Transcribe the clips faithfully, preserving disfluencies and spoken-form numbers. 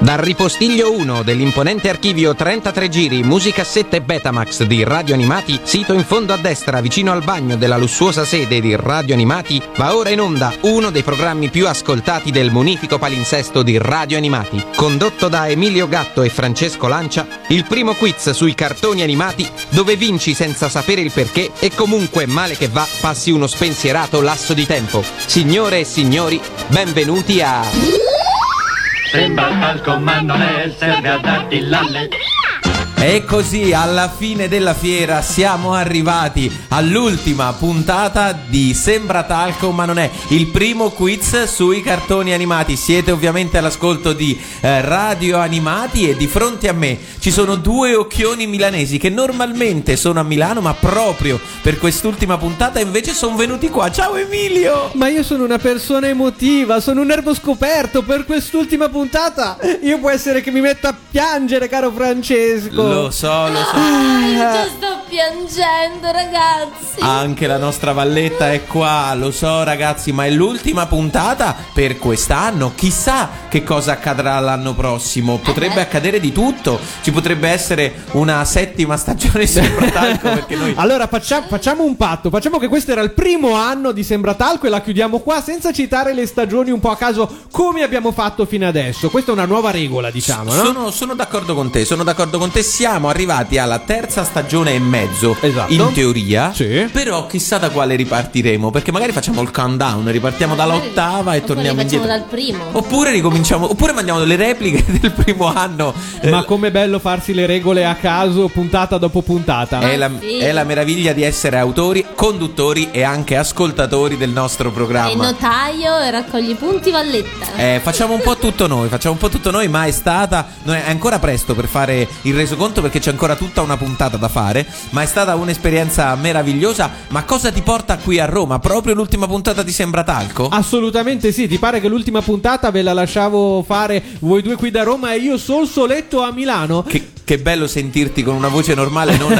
Dal ripostiglio uno dell'imponente archivio trentatré giri, musicassette e Betamax di Radio Animati, sito in fondo a destra vicino al bagno della lussuosa sede di Radio Animati, va ora in onda uno dei programmi più ascoltati del munifico palinsesto di Radio Animati. Condotto da Emilio Gatto e Francesco Lancia, il primo quiz sui cartoni animati dove vinci senza sapere il perché e comunque male che va passi uno spensierato lasso di tempo. Signore e signori, benvenuti a... Sembra talco ma non è, serve a darti l'alle. E così alla fine della fiera siamo arrivati all'ultima puntata di Sembra Talco ma non è, il primo quiz sui cartoni animati. Siete ovviamente all'ascolto di eh, Radio Animati e di fronte a me ci sono due occhioni milanesi che normalmente sono a Milano, ma proprio per quest'ultima puntata invece sono venuti qua. Ciao Emilio! Ma io sono una persona emotiva, sono un nervo scoperto per quest'ultima puntata. Io può essere che mi metta a piangere, caro Francesco. Lo so, lo so. Ah, io già sto piangendo, ragazzi. Anche la nostra Valletta è qua, lo so ragazzi, ma è l'ultima puntata per quest'anno. Chissà che cosa accadrà l'anno prossimo. Potrebbe eh. accadere di tutto. Ci potrebbe essere una settima stagione di Sembra Talco, perché noi... Allora facciamo, facciamo un patto. Facciamo che questo era il primo anno di Sembra Talco e la chiudiamo qua senza citare le stagioni un po' a caso come abbiamo fatto fino adesso. Questa è una nuova regola, diciamo, no? Sono, sono d'accordo con te, sono d'accordo con te. Siamo arrivati alla terza stagione e mezzo, esatto, in teoria, sì. Però chissà da quale ripartiremo, perché magari facciamo il countdown, ripartiamo dall'ottava e torniamo indietro dal primo. Oppure ricominciamo, oppure mandiamo delle repliche del primo anno. Ma com'è bello farsi le regole a caso puntata dopo puntata. È la, sì. è la meraviglia di essere autori, conduttori e anche ascoltatori del nostro programma. E notaio e raccogli punti Valletta. Eh, facciamo un po' tutto noi, facciamo un po' tutto noi, ma è stata, non è ancora presto per fare il resoconto perché c'è ancora tutta una puntata da fare, ma è stata un'esperienza meravigliosa. Ma cosa ti porta qui a Roma? Proprio l'ultima puntata di Sembra Talco? Assolutamente sì, ti pare che l'ultima puntata ve la lasciavo fare voi due qui da Roma e io sol soletto a Milano? Che, che bello sentirti con una voce normale, non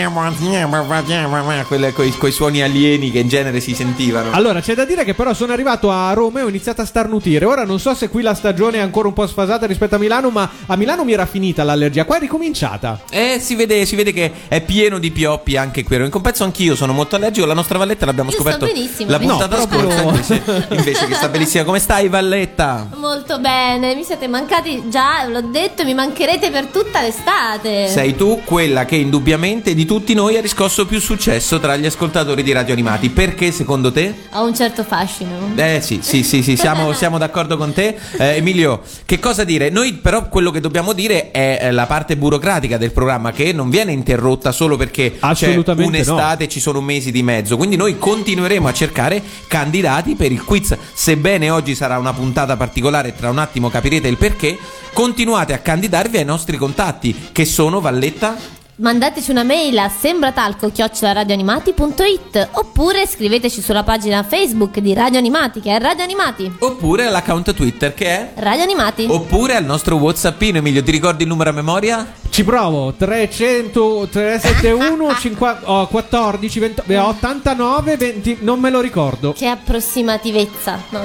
quelle coi, coi suoni alieni che in genere si sentivano. Allora c'è da dire che però sono arrivato a Roma e ho iniziato a starnutire. Ora non so se qui la stagione è ancora un po' sfasata rispetto a Milano, ma a Milano mi era finita l'allergia, qua è ricominciata. Eh, si vede, si vede che è pieno di pioppi anche qui. In compenso anch'io sono molto allergico. La nostra Valletta l'abbiamo Io scoperto sto benissimo, la benissimo. puntata No, proprio scorsa no. invece, invece che sta benissima. Come stai Valletta? Molto bene, mi siete mancati già, l'ho detto, mi mancherete per tutta l'estate. Sei tu quella che indubbiamente di tutti noi ha riscosso più successo tra gli ascoltatori di Radio Animati. Perché secondo te? Ho un certo fascino. Eh sì, sì, sì, sì, siamo, siamo d'accordo con te. eh, Emilio, che cosa dire? Noi però quello che dobbiamo dire è la parte burocratica del programma, che non viene interrotta solo perché c'è un'estate, no. Ci sono mesi di mezzo. Quindi noi continueremo a cercare candidati per il quiz. Sebbene oggi sarà una puntata particolare, tra un attimo capirete il perché. Continuate a candidarvi ai nostri contatti, che sono Valletta. Mandateci una mail a sembratalco chiocciola radioanimati punto it oppure scriveteci sulla pagina Facebook di Radio Animati, che è Radio Animati, oppure all'account Twitter, che è Radio Animati, oppure al nostro WhatsAppino. Emilio, ti ricordi il numero a memoria? Ci provo. Trecento trecentosettantuno cinquanta, oh, quattordici venti, ottantanove venti. Non me lo ricordo. Che approssimativezza. No,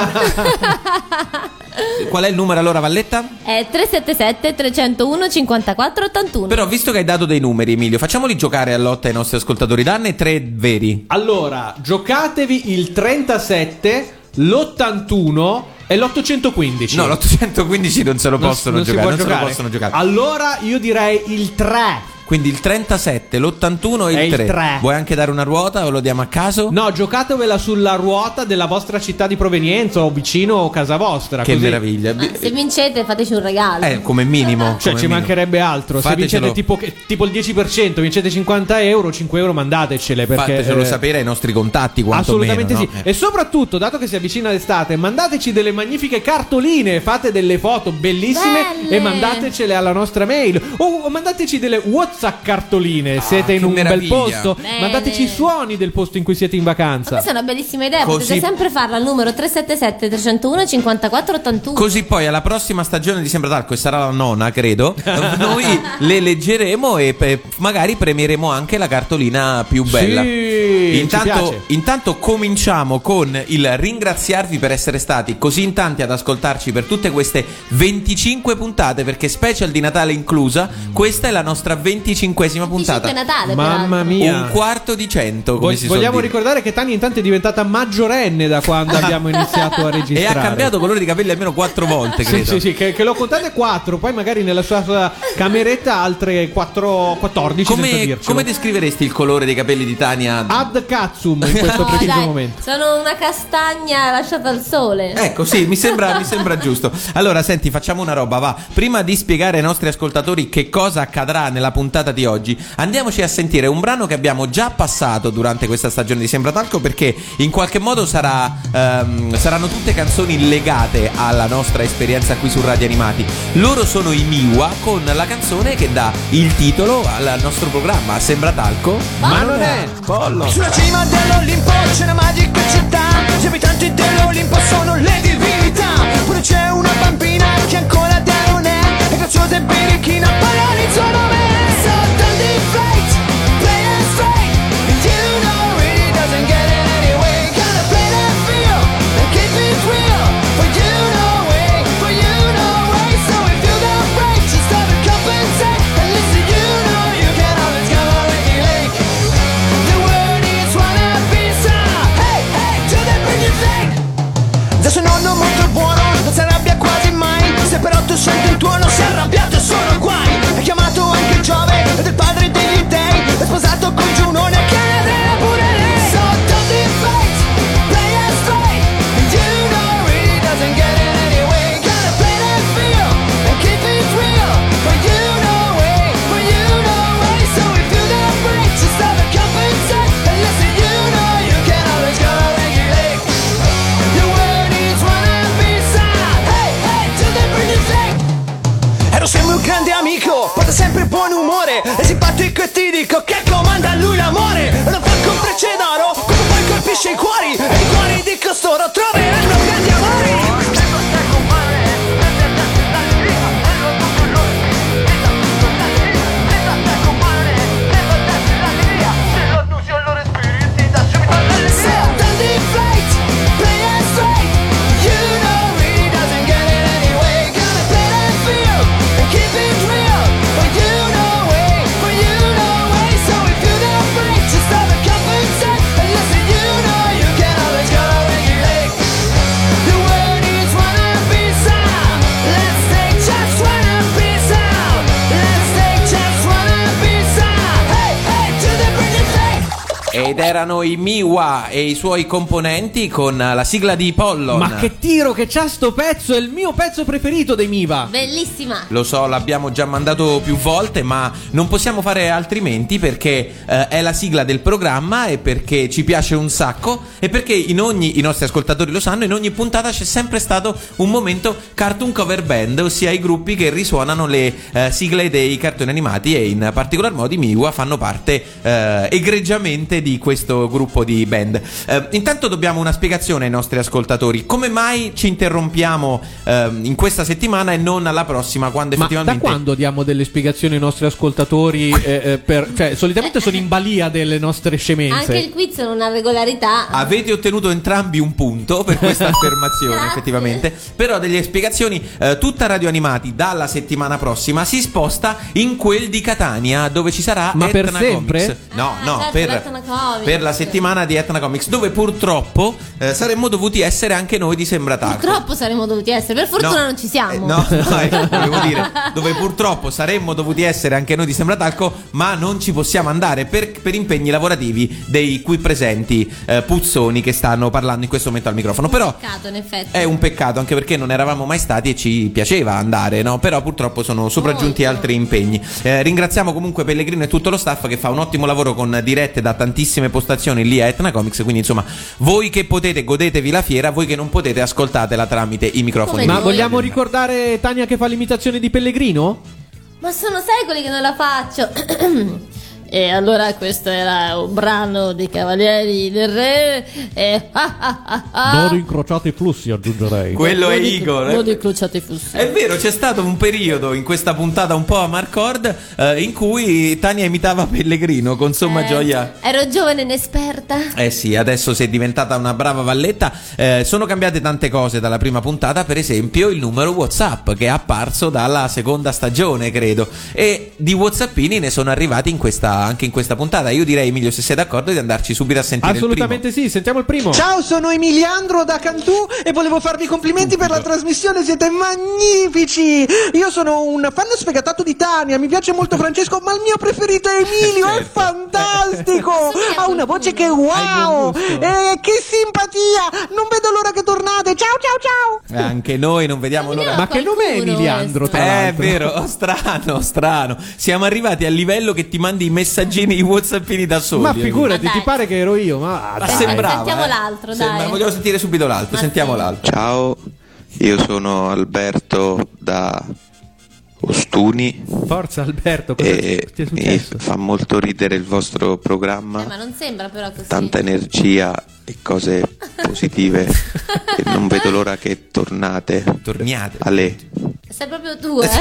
Qual è il numero allora, Valletta? è tre sette sette trecentouno cinquantaquattro ottantuno. Però visto che hai dato dei numeri, Emilio, facciamoli giocare a lotta ai nostri ascoltatori. Danne tre veri. Allora, giocatevi il trentasette, l'ottantuno e l'ottocentoquindici. No, l'ottocentoquindici non se lo possono non, non giocare, si può non giocare. se lo possono giocare. Allora io direi il tre. Quindi il trentasette, l'ottantuno e il, e il tre. tre. Vuoi anche dare una ruota o lo diamo a caso? No, giocatevela sulla ruota della vostra città di provenienza o vicino o casa vostra. Che così. meraviglia. Ma se vincete fateci un regalo. Eh, come minimo. Cioè come ci minimo. mancherebbe altro. Fatecelo. Se vincete tipo, tipo il dieci per cento, vincete cinquanta euro, cinque euro mandatecele, perché Fatecelo eh, sapere ai nostri contatti, quanto assolutamente meno, sì, no? E soprattutto, dato che si avvicina l'estate, mandateci delle magnifiche cartoline, fate delle foto bellissime Belle. e mandatecele alla nostra mail o, o mandateci delle WhatsApp spazzacartoline. Ah, siete in un meraviglia. Bel posto. Bene. Mandateci i suoni del posto in cui siete in vacanza. Ma questa è una bellissima idea. Così... potete sempre farla al numero tre sette sette tre zero uno cinque quattro otto uno. Così poi alla prossima stagione di Sembra Talco, e sarà la nona credo, noi le leggeremo e pe- magari premieremo anche la cartolina più bella. Sì, intanto, intanto cominciamo con il ringraziarvi per essere stati così in tanti ad ascoltarci per tutte queste venticinque puntate, perché special di Natale inclusa, questa è la nostra venticinquesima puntata. Natale, mamma mia, un quarto di cento, come Vo- si vogliamo suol dire. ricordare che Tania intanto è diventata maggiorenne da quando abbiamo iniziato a registrare e ha cambiato colore di capelli almeno quattro volte, credo. Sì, sì, sì, che, che l'ho contate quattro, poi magari nella sua, sua cameretta altre quattro, quattordici. Come, come descriveresti il colore dei capelli di Tania? Ad cazzum in questo no, preciso dai, momento. Sono una castagna lasciata al sole. Ecco, sì, mi sembra, mi sembra giusto. Allora, senti, facciamo una roba, va. Prima di spiegare ai nostri ascoltatori che cosa accadrà nella puntata di oggi, andiamoci a sentire un brano che abbiamo già passato durante questa stagione di Sembra Talco, perché in qualche modo sarà, ehm, saranno tutte canzoni legate alla nostra esperienza qui su Radio Animati. Loro sono i Miwa con la canzone che dà il titolo al nostro programma Sembra Talco, ma, ma non è Pollo. Sulla cima dell'Olimpo c'è una magica città, gli abitanti dell'Olimpo sono le divinità. Pure c'è una bambina che ancora da non è, è graziosa e birichina, parla il suo nome. So Dundee Flight, play it straight, you know he doesn't get it anyway. Gotta play that feel and keep it real, for you know way, for you know way. So if you don't break, just stop and compensate, and listen, you know you can always go when you lake. The word is wanna be some, hey, hey, to the bring it back. Da suo nonno molto buono, non si arrabbia quasi mai, se però tu senti il tuono si è arrabbiato e sono guai. È chiamato anche Giove, ed è il padre degli dei, è sposato con Giunone che ne drena pure lei. So Dundee Flight, play it straight, you know he doesn't get it anyway. Gotta play that feel and keep it real, for you know way, for you know way. So if you don't break, just stop and compensate, and listen, you know you can always go when you late. The word is wanna be some, hey, hey, to the bring it back. Ero sempre un grande amico, porta sempre buon umore, è simpatico e ti dico che comanda lui l'amore. Lo fa con frecce d'oro, come poi colpisce i cuori, e i cuori di costoro troveranno grandi amori. Ed erano i Miwa e i suoi componenti con la sigla di Pollon. Ma che tiro che c'ha sto pezzo, è il mio pezzo preferito dei Miwa. Bellissima. Lo so, l'abbiamo già mandato più volte, ma non possiamo fare altrimenti, perché eh, è la sigla del programma e perché ci piace un sacco e perché in ogni, i nostri ascoltatori lo sanno, in ogni puntata c'è sempre stato un momento cartoon cover band, ossia i gruppi che risuonano le eh, sigle dei cartoni animati, e in particolar modo i Miwa fanno parte eh, egregiamente di questo gruppo di band. Eh, intanto dobbiamo una spiegazione ai nostri ascoltatori. Come mai ci interrompiamo eh, in questa settimana e non alla prossima, quando Ma effettivamente... da quando diamo delle spiegazioni ai nostri ascoltatori? Eh, eh, per, cioè, solitamente sono in balia delle nostre scemenze. Anche il quiz non ha regolarità. Avete ottenuto entrambi un punto per questa affermazione, effettivamente. Però delle spiegazioni. eh, Tutta Radio Animati dalla settimana prossima si sposta in quel di Catania, dove ci sarà Ma per Etna sempre? Comics. No, Ah, no, certo, per, l'Etna Comics. per la settimana di Etna Comics, dove purtroppo eh, saremmo dovuti essere anche noi di Sembra Talco. Purtroppo saremmo dovuti essere, per fortuna No, non ci siamo. eh, no, no, ecco, volevo dire, dove purtroppo saremmo dovuti essere anche noi di Sembra Talco, ma non ci possiamo andare per, per impegni lavorativi dei qui presenti eh, puzzoni che stanno parlando in questo momento al microfono. Però Peccato, in effetti. è un peccato, anche perché non eravamo mai stati e ci piaceva andare, no? Però purtroppo sono sopraggiunti Molto. altri impegni. Eh, ringraziamo comunque Pellegrino e tutto lo staff che fa un ottimo lavoro con dirette da tantissime postazioni lì a Etna Comics. Quindi insomma, voi che potete godetevi la fiera, voi che non potete ascoltatela tramite i microfoni. Come Ma noi. vogliamo ricordare Tania che fa l'imitazione di Pellegrino? Ma sono secoli che non la faccio. E allora questo era un brano dei Cavalieri del Re e ah, ah, ah, non incrociate i flussi, aggiungerei. Quello non è dico, Igor. Non incrociate i flussi. È vero, c'è stato un periodo in questa puntata un po' a Marcord eh, in cui Tania imitava Pellegrino con somma eh, gioia. Ero giovane e inesperta. Eh sì, adesso sei diventata una brava valletta. Eh, sono cambiate tante cose dalla prima puntata, per esempio il numero WhatsApp che è apparso dalla seconda stagione, credo. E di WhatsAppini ne sono arrivati in questa, anche in questa puntata. Io direi, Emilio, se sei d'accordo, di andarci subito a sentire assolutamente il primo. Sì, sentiamo il primo. Ciao, sono Emiliandro da Cantù e volevo farvi complimenti per la trasmissione, siete magnifici. Io sono un fan sfegatato di Tania, mi piace molto Francesco, ma il mio preferito è Emilio, certo. È fantastico, ha una voce che wow, eh, che simpatia, non vedo l'ora che tornate, ciao ciao ciao. Anche noi non vediamo l'ora. Ma che nome è Emiliandro, tra Eh, è l'altro? vero, strano, strano. Siamo arrivati al livello che ti mandi i messaggini, i WhatsAppini da soli. Ma figurati, Ma ti dai. pare che ero io? Ma, Ma dai. sembrava. Sentiamo eh. l'altro, Sembra- dai. Vogliamo sentire subito l'altro. Ma Sentiamo sì. l'altro. Ciao, io sono Alberto da Ostuni Forza Alberto, cosa e ti è mi successo? fa molto ridere il vostro programma, Eh, ma non sembra però così. tanta energia e cose positive e non vedo l'ora che tornate. Torniate. Ale. Sei proprio tu, eh?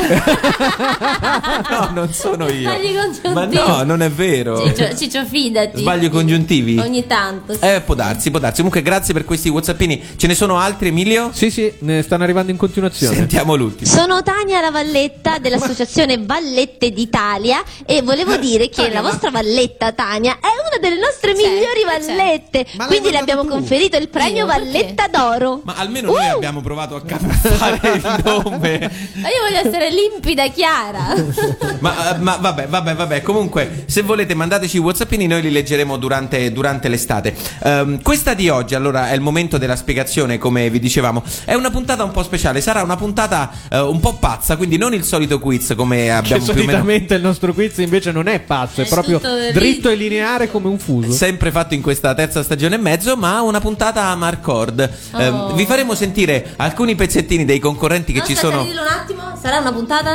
No, non sono io. Sbagli i congiuntivi. Ma no, non è vero. Ciccio, Ciccio, fidati. Sbaglio i congiuntivi? Ogni tanto. Sì. Eh, può darsi, può darsi. Comunque, grazie per questi WhatsAppini. Ce ne sono altri, Emilio? Sì, sì, ne stanno arrivando in continuazione. Sentiamo l'ultimo. Sono Tania la Valletta dell'associazione Vallette d'Italia e volevo dire che la vostra Valletta, Tania, è una delle nostre Certo, migliori Vallette. Ma l'hai Quindi le mandato abbiamo tu? conferito il premio Io, perché? Valletta d'Oro. Ma almeno noi Uh! abbiamo provato a camuffare il nome. Ma io voglio essere limpida e chiara. Ma, ma vabbè, vabbè, vabbè. Comunque, se volete, mandateci i WhatsAppini, noi li leggeremo durante, durante l'estate. Ehm, questa di oggi, allora, è il momento della spiegazione, come vi dicevamo. È una puntata un po' speciale. Sarà una puntata eh, un po' pazza, quindi non il solito quiz come Che abbiamo più o meno solitamente il nostro quiz invece non è pazzo, è, È proprio tutto dritto e lineare come un fuso. sempre fatto in questa terza stagione e mezzo, ma una puntata a Marcord. Ehm, Oh. vi faremo sentire alcuni pezzettini dei concorrenti che No, ci aspetta, sono. dillo un attimo. Sarà una puntata?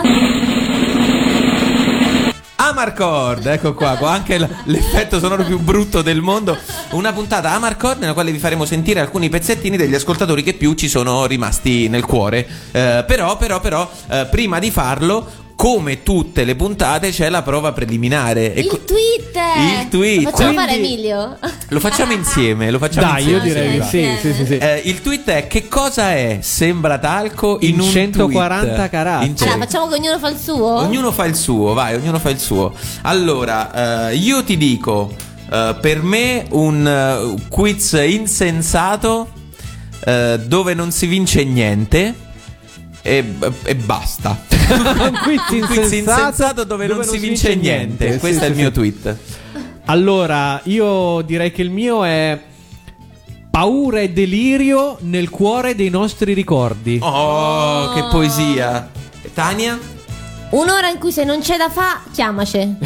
Amarcord, ecco qua, qua anche l- l'effetto sonoro più brutto del mondo. Una puntata Amarcord nella quale vi faremo sentire alcuni pezzettini degli ascoltatori che più ci sono rimasti nel cuore. Eh, però, però, però, eh, prima di farlo, come tutte le puntate, c'è la prova preliminare. E Il co- tweet. Il tweet. Lo facciamo fare Quindi- Emilio? Lo facciamo insieme, lo facciamo Dai, insieme. io direi di sì, Insieme. sì, sì, sì. Eh, il tweet è: che cosa è Sembra Talco in, In un centoquaranta tweet? caratteri. In Allora, cen- facciamo che ognuno fa il suo? Ognuno fa il suo, vai, ognuno fa il suo. Allora, eh, io ti dico, eh, per me un eh, quiz insensato eh, dove non si vince niente e, e basta. Un quiz Un quiz insensato dove, non, si vince niente. Sì, Questo sì, è il sì. mio tweet. Allora, io direi che il mio è paura e delirio nel cuore dei nostri ricordi. Oh, che poesia. E Tania? Un'ora in cui se non c'è da fa, chiamaci.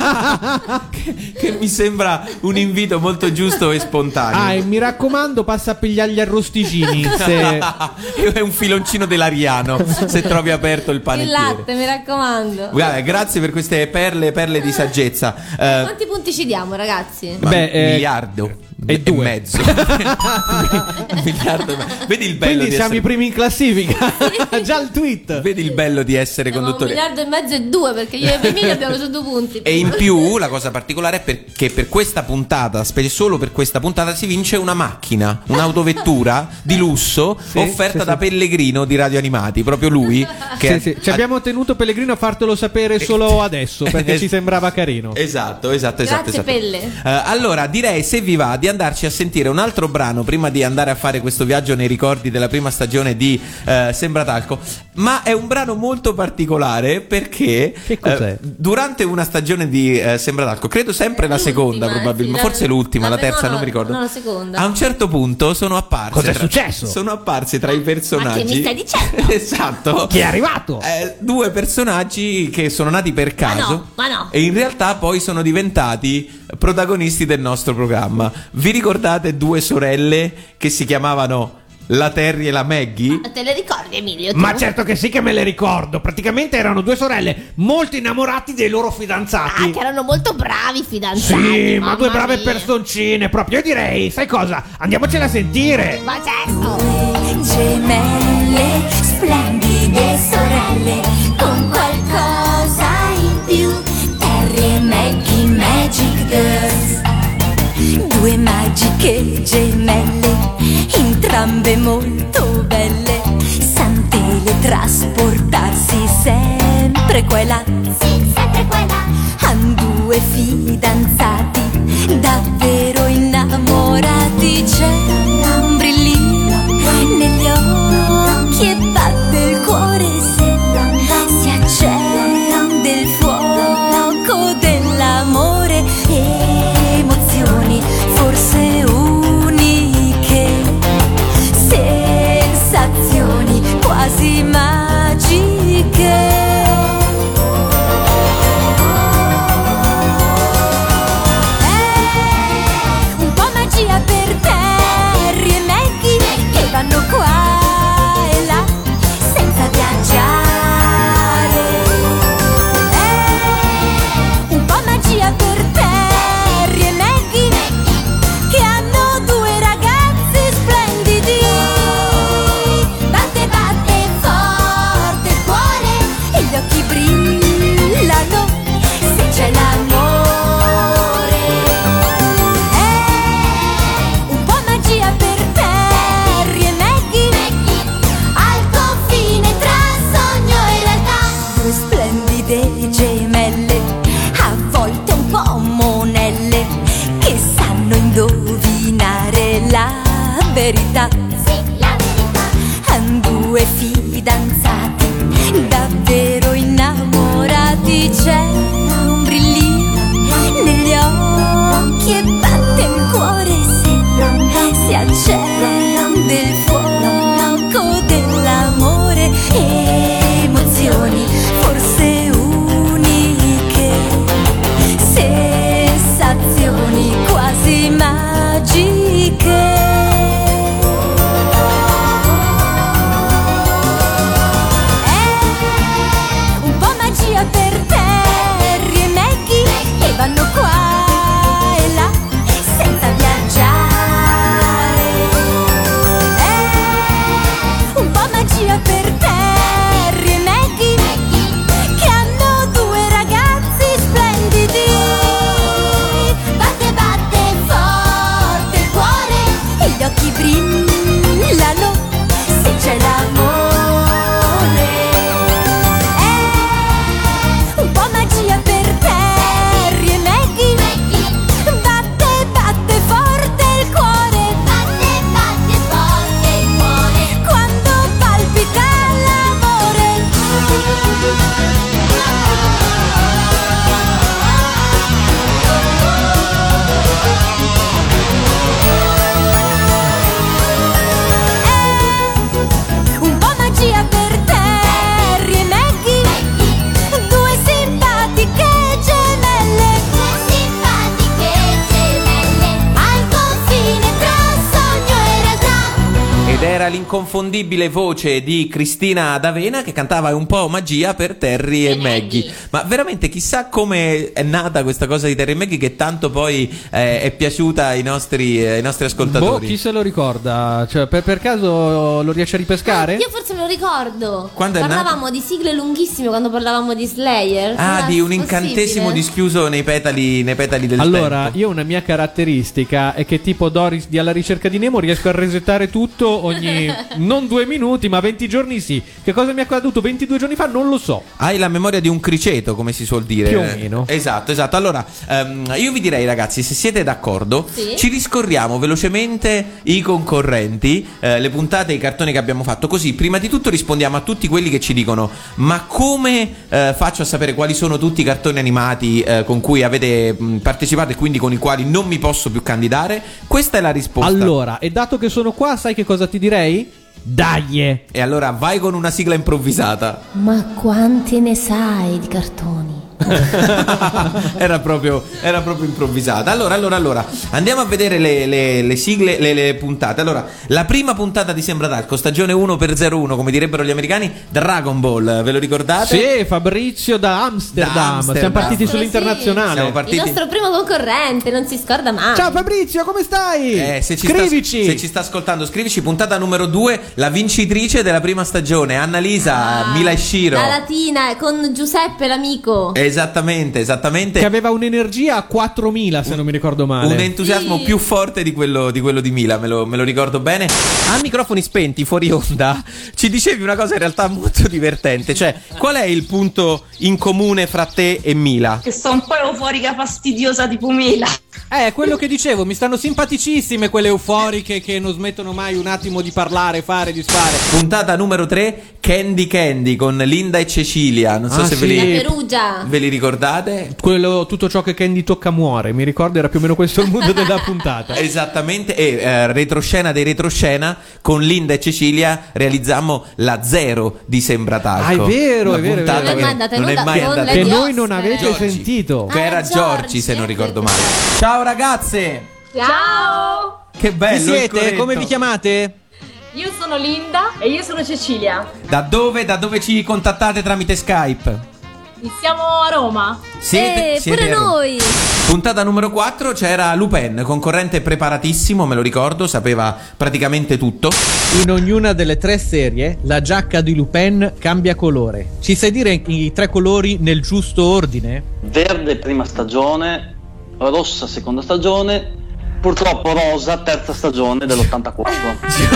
che, che mi sembra un invito molto giusto e spontaneo. Ah, e mi raccomando, passa a pigliare gli arrosticini. Se... È un filoncino dell'Ariano se trovi aperto il Il panettiere. latte, mi raccomando. Guarda, grazie per queste perle, perle di saggezza. Eh, Quanti punti ci diamo, ragazzi? ma Beh, un eh, miliardo e due. mezzo. Un miliardo e mezzo. Vedi il bello Quindi di siamo essere i primi in classifica. Già il tweet. Vedi il bello di essere Siamo un conduttore. miliardo e mezzo e due, perché io e Emilio abbiamo solo due punti. E in più la cosa particolare è perché per questa puntata, specie solo per questa puntata, si vince una macchina, un'autovettura di lusso Sì, offerta sì, da sì. Pellegrino di Radio Animati, proprio lui che Sì, sì. Ci abbiamo tenuto Pellegrino a fartelo sapere solo adesso perché Es- ci sembrava carino. Esatto, esatto, esatto, Grazie, esatto. Pelle. Eh, allora, direi, se vi va, di andarci a sentire un altro brano prima di andare a fare questo viaggio nei ricordi della prima stagione di eh, Sembra Talco. Ma è un brano molto particolare perché Che cos'è? eh, durante una stagione di eh, Sembra Talco, credo sempre la seconda, L'ultima, probabilmente, sì, la- forse l'ultima, la, la- terza, no, non mi ricordo. no, la seconda. A un certo punto sono apparse. Cos'è tra- successo? Sono apparse tra i personaggi. Ma che mi stai dicendo? Esatto. Chi è arrivato? Eh, due personaggi che sono nati per caso no, ma no. e in realtà poi sono diventati protagonisti del nostro programma. Vi ricordate due sorelle che si chiamavano La Terry e la Maggie? Te le ricordi, Emilio? Tu? Ma certo che sì che me le ricordo. Praticamente erano due sorelle molto innamorati dei loro fidanzati. Ah, che erano molto bravi fidanzati. Sì, ma due brave mia. personcine proprio. Io direi, sai cosa? Andiamocela a sentire. Ma certo. Due gemelle, splendide sorelle, con qualcosa in più. Terry e Maggie, Magic Girls. Due magiche gemelle, entrambe molto belle, san teletrasportarsi sempre qua e là. Sì, sempre qua e là. Han due fidanzati, davvero innamorati. C'è un brillino negli occhi e batte il cuore se si accende il fuoco dell'amore. Emozioni forse uniche, sensazioni quasi magiche. Un po' magia per Terry e Maggie, che vanno qua e là senza viaggiare. Un po' magia per Terry e Maggie, che hanno due ragazzi splendidi. Batte, batte forte il cuore e gli occhi brillano se c'è l'amore. Un po' magia per Terry e Maggie, al confine tra sogno e realtà. Due splendide gemelle, a volte un po' monelle, che sanno indovinare la verità. Sì, la verità. Han due fidanzati, davvero innamorati. C'è un brillino negli occhi e batte il cuore se si accende il fuoco dell'amore. Emozioni forse uniche, sensazioni quasi magiche. Un po' magia per Terry e Maggie, che vanno qua e là senza viaggiare. Un po' magia per Terry e Maggie, che hanno due ragazzi splendidi. Batte, batte forte il cuore e gli occhi brillano se c'è l'amore. Un po' magia per Terry e Maggie, batte, batte forte il cuore. Batte, batte forte il cuore, quando palpita l'amore. Un po' magia per Terry e Maggie, due simpatiche gemelle. Due simpatiche gemelle, al confine tra sogno e realtà. Ed era l'inconfondibile voce di Cristina D'Avena che cantava un po' magia per Terry e Maggie. Ma veramente chissà come è nata questa cosa di Terry e Maggie, che tanto poi eh, è piaciuta ai nostri, eh, ai nostri Boh, ascoltatori. chi se lo ricorda? Cioè, per, per caso lo riesce a ripescare? Io forse me lo ricordo. Quando è Parlavamo di sigle lunghissime quando parlavamo di Slayer. Ah, Sarà di un possibile? incantesimo dischiuso nei petali, nei petali del Allora, tempo. io una mia caratteristica è che tipo Doris di Alla ricerca di Nemo riesco a resettare tutto ogni non due minuti, ma venti giorni sì. Che cosa mi è accaduto ventidue giorni fa non lo so. Hai la memoria di un criceto, come si suol dire. Più o meno. Esatto, esatto. Allora, ehm, io vi direi, ragazzi, se siete d'accordo, Sì. ci riscorriamo velocemente i concorrenti, eh, le puntate e i cartoni che abbiamo fatto. Così, prima di tutto rispondiamo a tutti quelli che ci dicono: ma come eh, faccio a sapere quali sono tutti i cartoni animati eh, con cui avete mh, partecipato e quindi con i quali non mi posso più candidare? Questa è la risposta. Allora, e dato che sono qua, sai che cosa ti direi? Dai! E allora vai con una sigla improvvisata. Ma quanti ne sai di cartoni? era, proprio, era proprio improvvisata. Allora, allora, allora, andiamo a vedere le, le, le sigle, le, le puntate. Allora, la prima puntata di Sembra Talco, stagione uno per zero uno, come direbbero gli americani, Dragon Ball, ve lo ricordate? Sì, Fabrizio da Amsterdam, da Amsterdam. siamo partiti Sì. sull'internazionale. Siamo partiti. Il nostro primo concorrente, non si scorda mai. Ciao Fabrizio, come stai? Eh, se ci Scrivici. Sta, se ci sta ascoltando, scrivici. Puntata numero due, la vincitrice della prima stagione, Annalisa Ah, Mila e Shiro. La latina con Giuseppe l'amico. Esattamente, esattamente. Che aveva un'energia a quattromila, se non mi ricordo male. Un entusiasmo Sì. più forte di quello di, quello di Mila, me lo, me lo ricordo bene. A microfoni spenti, fuori onda, ci dicevi una cosa in realtà molto divertente. Cioè, qual è il punto in comune fra te e Mila? Che sto un po' euforica fastidiosa tipo Mila. Eh, quello che dicevo, mi stanno simpaticissime quelle euforiche che non smettono mai un attimo di parlare, fare, disfare. Puntata numero tre, Candy Candy con Linda e Cecilia. Non so Ah, se sì. ve li, La Perugia. ve li ricordate. Quello, tutto ciò che Candy tocca muore, mi ricordo, era più o meno questo il mood della puntata. Esattamente. E eh, retroscena dei retroscena, con Linda e Cecilia realizzammo la zero di Sembra Talco. Ah, è vero, Una è vero, è puntata vero. che Non è mai andata in non è onda mai con andata Che in Lady onda. noi non Oscar. avete Giorgi. sentito. Che Ah, era Giorgi, Giorgi, se non ecco. ricordo male. Ciao ragazze. Ciao! Che bello. Chi il siete? coretto. Come vi chiamate? Io sono Linda e io sono Cecilia. Da dove, da dove ci contattate tramite Skype? Siamo a Roma. Siete, Eh, siete pure a Roma. noi. Puntata numero quattro, c'era Lupin, concorrente preparatissimo, me lo ricordo, sapeva praticamente tutto. In ognuna delle tre serie la giacca di Lupin cambia colore. Ci sai dire i tre colori nel giusto ordine? Verde prima stagione, rossa seconda stagione, purtroppo rosa terza stagione dell'ottantaquattro.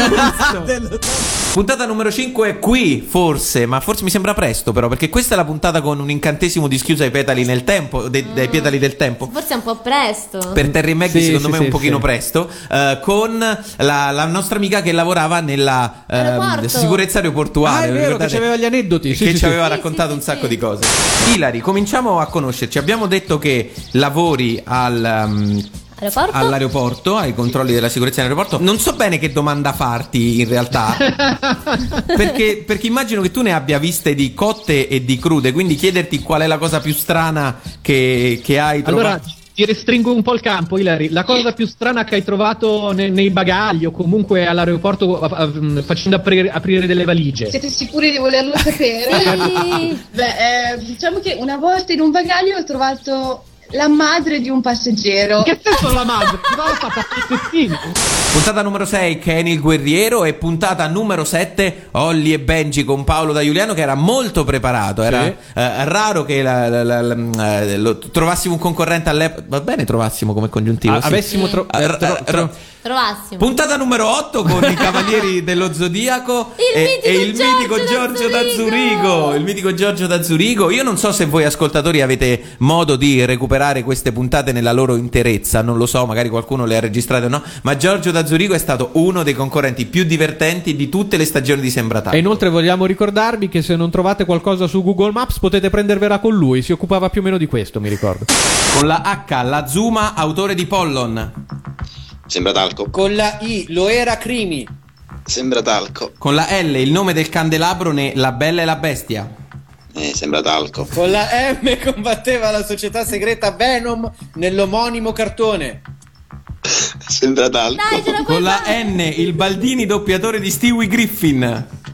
Puntata numero cinque qui, forse, ma forse mi sembra presto però, perché questa è la puntata con un incantesimo di schiusa ai petali nel tempo, de- dai petali del tempo. Forse è un po' presto. Per Terry e Maggie Sì, secondo sì, me sì, un pochino sì. presto, eh, con la, la nostra amica che lavorava nella ehm, Aeroporto. sicurezza aeroportuale. Ah, è vi vero, che ricordate? c'aveva gli aneddoti. Sì, che sì, ci sì. aveva Sì, raccontato sì, un sì, sacco sì. di cose. Ilari, cominciamo a conoscerci. Abbiamo detto che lavori al... um, Aeroporto? all'aeroporto, ai controlli della sicurezza in aeroporto. Non so bene che domanda farti in realtà, perché, perché immagino che tu ne abbia viste di cotte e di crude, quindi chiederti qual è la cosa più strana che, che hai trovato. Allora ti restringo un po' il campo, Ilari. La cosa più strana che hai trovato ne- nei bagagli o comunque all'aeroporto a- a- facendo aprire, aprire delle valigie? Siete sicuri di volerlo sapere? Sì. Beh, eh, diciamo che una volta in un bagaglio ho trovato la madre di un passeggero. Che senso la madre? Cosa l'ha fatta? Pezzettini? Puntata numero sei, Kenny il guerriero, e puntata numero sette, Olli e Benji con Paolo da Giuliano, che era molto preparato. Era Sì. eh, raro che la- la- la- la- eh, lo- trovassimo un concorrente all'epoca. Va bene, trovassimo come congiuntivo. Ah, sì. avessimo tro- Ah, eh, tro- eh, tro- Trovassimo. Puntata numero otto con i Cavalieri dello Zodiaco Il e, mitico e il mitico Giorgio Giorgio da da Zurigo. Zurigo. Il mitico Giorgio da Zurigo. Io non so se voi ascoltatori avete modo di recuperare queste puntate nella loro interezza, non lo so, magari qualcuno le ha registrate o no, ma Giorgio da Zurigo è stato uno dei concorrenti più divertenti di tutte le stagioni di Sembra Talco. E inoltre vogliamo ricordarvi che se non trovate qualcosa su Google Maps potete prendervela con lui, si occupava più o meno di questo, mi ricordo. Con la H, la Zuma, autore di Pollon. Sembra Talco. Con la I, lo era Crimi. Sembra Talco. Con la L, il nome del candelabro ne La Bella e la Bestia. Eh, sembra Talco. Con la M combatteva la società segreta Venom nell'omonimo cartone. Sembra Talco. Dai, ce la puoi Con la fare. N, il Baldini doppiatore di Stewie Griffin.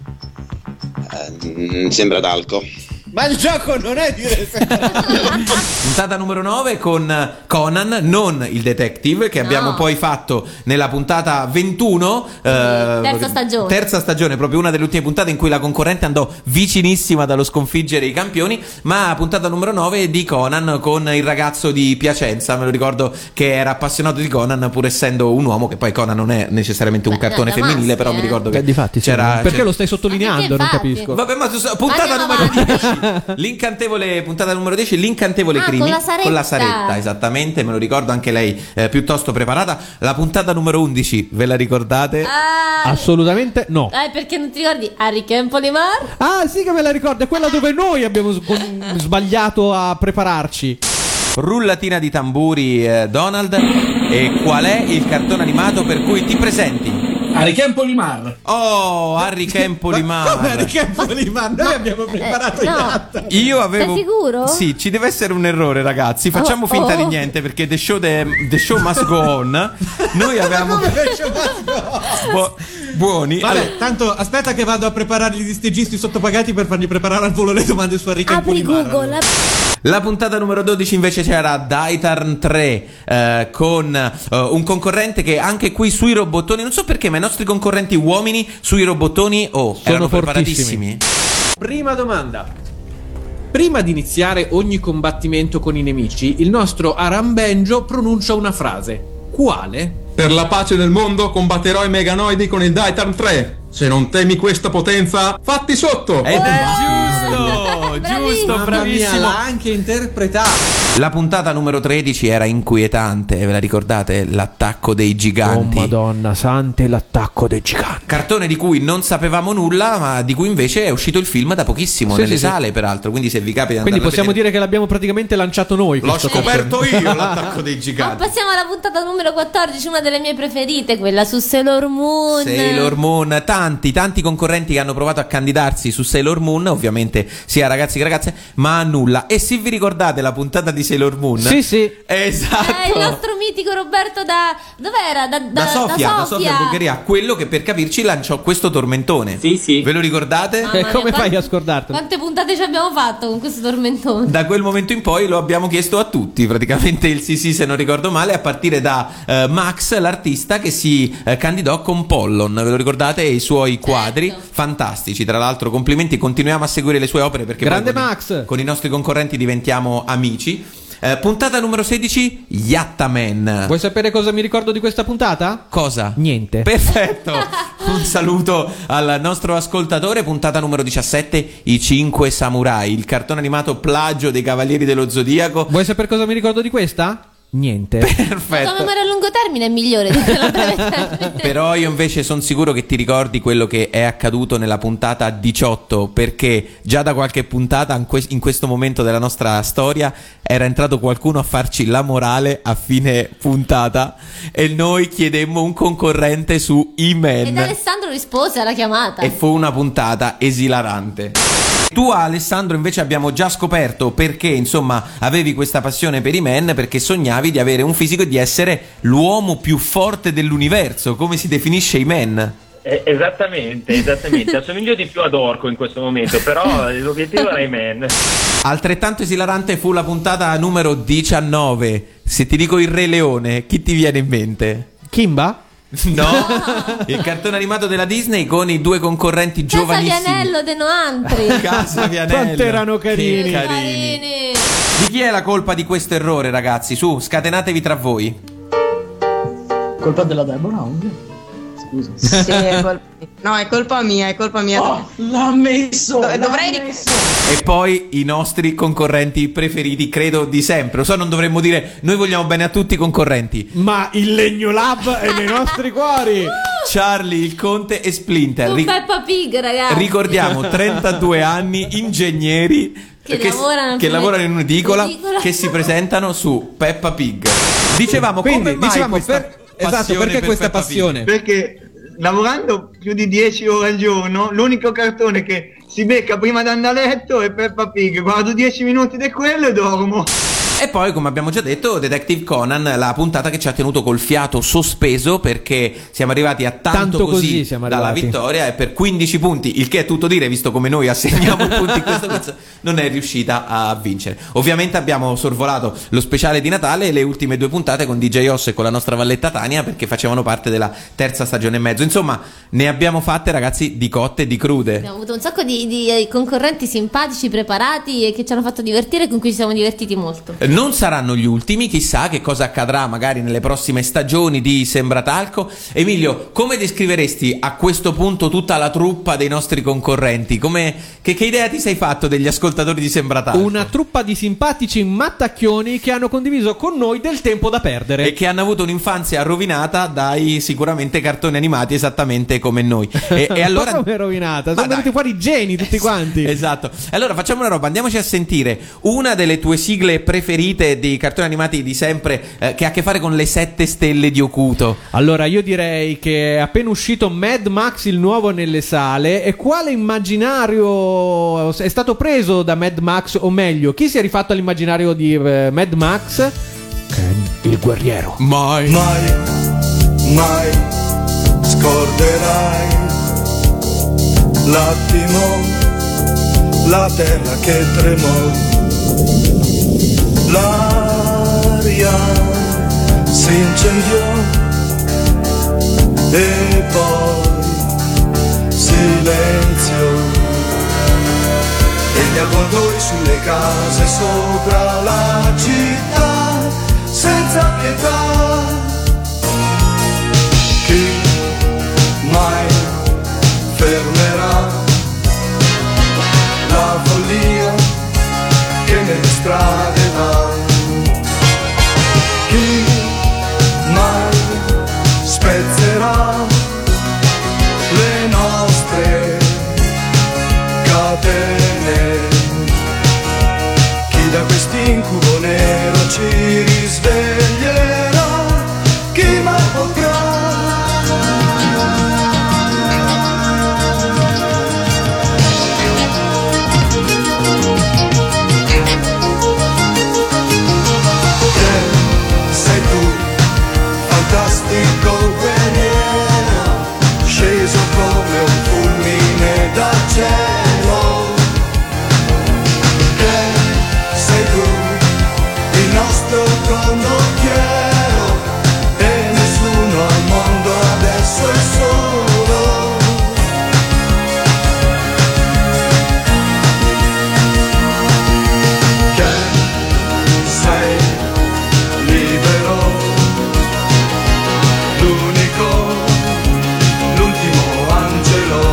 Eh, mm, sembra Talco. Ma il gioco non è dire Puntata numero nove con Conan, non il detective, che No. abbiamo poi fatto nella puntata ventuno. eh, Terza stagione. Terza stagione, proprio una delle ultime puntate in cui la concorrente andò vicinissima dallo sconfiggere i campioni. Ma puntata numero nove di Conan con il ragazzo di Piacenza. Me lo ricordo che era appassionato di Conan, pur essendo un uomo, che poi Conan non è necessariamente un Beh, cartone no, da femminile, maschi, però mi eh. ricordo che Beh, difatti, sì, c'era. perché c'era- lo stai sottolineando? Ma Non perché capisco. Vabbè, ma tu- puntata Andiamo numero avanti. dieci. L'incantevole, puntata numero dieci, l'incantevole Ah, Crimi. con la Saretta. Con la Saretta, esattamente, me lo ricordo, anche lei eh, piuttosto preparata. La puntata numero undici, ve la ricordate? Ah, Assolutamente no. eh, perché non ti ricordi? Harry Polimar? Ah, sì che me la ricordo, è quella dove noi abbiamo s- con- sbagliato a prepararci. Rullatina di tamburi, eh, Donald. E qual è il cartone animato per cui ti presenti? Harry Kempolimar. Oh, Harry Kempolimar. Come Harry Kempolimar? Noi abbiamo preparato eh, i no. dati. Io avevo. Sei sicuro? Sì, ci deve essere un errore, ragazzi. Facciamo Oh, finta oh. di niente perché the show, the, the show must go on. Noi avevamo. Bu- buoni. Vabbè, Allora, tanto aspetta che vado a preparare gli stagisti sottopagati per fargli preparare al volo le domande su Harry Apri Kempolimar. Google. la puntata numero dodici invece c'era Daitarn tre eh, con eh, un concorrente che anche qui sui robottoni, non so perché, ma i nostri concorrenti uomini sui robottoni oh, erano preparatissimi. Prima domanda. Prima di iniziare ogni combattimento con i nemici, il nostro Arambenjo pronuncia una frase. Quale? Per la pace del mondo combatterò i meganoidi con il Daitarn tre. Se non temi questa potenza, fatti sotto! Ed è giusto, giusto, Mamma bravissimo. mia, l'ha anche interpretato. La puntata numero tredici era inquietante, ve la ricordate? L'attacco dei giganti. Oh madonna sante, l'attacco dei giganti. Cartone di cui non sapevamo nulla, ma di cui invece è uscito il film da pochissimo, Sì, nelle sì, sale peraltro, quindi se vi capita di Quindi andarlo a possiamo vedere- dire che l'abbiamo praticamente lanciato noi. L'ho questo scoperto cartone. io l'attacco dei Ma giganti. passiamo alla puntata numero quattordici, una delle mie preferite, quella su Sailor Moon. Sailor Moon, tanti, tanti concorrenti che hanno provato a candidarsi su Sailor Moon, ovviamente sia ragazzi che ragazze, ma a nulla. E se vi ricordate la puntata di Sailor Moon? Sì, sì. Esatto. Eh, il nostro mitico Roberto da... dov'era? Da, da, Da Sofia, da da Sofia Bulgaria, quello che per capirci lanciò questo tormentone. Sì, sì. Ve lo ricordate? Mamma mia, Come fai quante- a scordartelo? Quante puntate ci abbiamo fatto con questo tormentone? Da quel momento in poi lo abbiamo chiesto a tutti, praticamente il sì sì se non ricordo male, a partire da eh, Max, l'artista che si eh, candidò con Pollon, ve lo ricordate? E i suoi quadri fantastici, tra l'altro complimenti, continuiamo a seguire le sue opere perché Grande poi con, Max. i, con i nostri concorrenti diventiamo amici. Eh, puntata numero sedici, Yattaman. Vuoi sapere cosa mi ricordo di questa puntata? Cosa? Niente. Perfetto. Un saluto al nostro ascoltatore. Puntata numero diciassette, I Cinque Samurai, il cartone animato plagio dei Cavalieri dello Zodiaco. Vuoi sapere cosa mi ricordo di questa? Niente. Perfetto. La memoria a lungo termine è migliore di quella a breve termine. Però io invece sono sicuro che ti ricordi quello che è accaduto nella puntata diciotto, perché già da qualche puntata in, que- in questo momento della nostra storia era entrato qualcuno a farci la morale a fine puntata e noi chiedemmo un concorrente su E-Man. Ed Alessandro rispose alla chiamata. E fu una puntata esilarante. Tu, Alessandro, invece abbiamo già scoperto perché, insomma, avevi questa passione per i men, perché sognavi di avere un fisico e di essere l'uomo più forte dell'universo. Come si definisce i men? Eh, esattamente, esattamente. Assomiglio di più ad Orco in questo momento, però l'obiettivo era i men. Altrettanto esilarante fu la puntata numero diciannove. Se ti dico il Re Leone, chi ti viene in mente? Kimba? No, il cartone animato della Disney con i due concorrenti Casa giovanissimi. Vianello De Noantri. Casa Vianello. Quanto erano carini. Che carini. Carini. Di chi è la colpa di questo errore, ragazzi? Su, scatenatevi tra voi. Colpa della Deborah anche? Scusa. Sì, è colpa... No, è colpa mia, è colpa mia. Oh, l'ha messo! Do- l'ha dovrei ric- messo. E poi i nostri concorrenti preferiti, credo di sempre. Lo so, non dovremmo dire noi vogliamo bene a tutti i concorrenti. Ma il Legno Lab è nei nostri cuori. Charlie, il Conte e Splinter. Un Ric- Peppa Pig, ragazzi. ricordiamo, trentadue anni, ingegneri Che che, lavorano che su- lavorano in un'edicola, un'edicola. che si presentano su Peppa Pig. Dicevamo, Quindi, come mai dicevamo, questa per- esatto, passione perché per questa Peppa Pig? passione? Perché lavorando più di dieci ore al giorno, l'unico cartone che si becca prima di andare a letto è Peppa Pig. Guardo dieci minuti di quello e dormo. E poi, come abbiamo già detto, Detective Conan, la puntata che ci ha tenuto col fiato sospeso perché siamo arrivati a tanto, Tanto così così, siamo dalla arrivati. vittoria, e per quindici punti, il che è tutto dire visto come noi assegniamo punti in questo quiz, non è riuscita a vincere. Ovviamente abbiamo sorvolato lo speciale di Natale e le ultime due puntate con D J Oss e con la nostra valletta Tania, perché facevano parte della terza stagione e mezzo. Insomma, ne abbiamo fatte, ragazzi, di cotte e di crude. Abbiamo avuto un sacco di, di eh, concorrenti simpatici, preparati e che ci hanno fatto divertire e con cui ci siamo divertiti molto. Non saranno gli ultimi, chissà che cosa accadrà magari nelle prossime stagioni di Sembratalco. Emilio, come descriveresti a questo punto tutta la truppa dei nostri concorrenti? Come, che, che idea ti sei fatto degli ascoltatori di Sembratalco? Una truppa di simpatici mattacchioni che hanno condiviso con noi del tempo da perdere. E che hanno avuto un'infanzia rovinata dai sicuramente cartoni animati, esattamente come noi. E, e allora come rovinata? Sono Ma venuti dai. fuori geni tutti quanti. Esatto. Allora facciamo una roba, andiamoci a sentire una delle tue sigle preferite preferite di cartoni animati di sempre, eh, che ha a che fare con le sette stelle di Okuto? Allora, io direi che è appena uscito Mad Max il nuovo nelle sale. E quale immaginario è stato preso da Mad Max? O meglio, chi si è rifatto all'immaginario di uh, Mad Max? Ken il guerriero. Mai, mai, mai scorderai l'attimo, la terra che tremò, l'aria si incendiò e poi silenzio e gli avvoltoi sulle case sopra la città senza pietà. Chi mai fermerà la follia che nelle strade va? Chi mai spezzerà le nostre catene? Chi da quest'incubo nero ci risveglierà? Chi mai potrà? Fantastico guerriero, sceso come un fulmine dal cielo. Che sei tu, il nostro condottiero, e nessuno al mondo adesso è solo. Che sei libero, l'unico, l'ultimo angelo.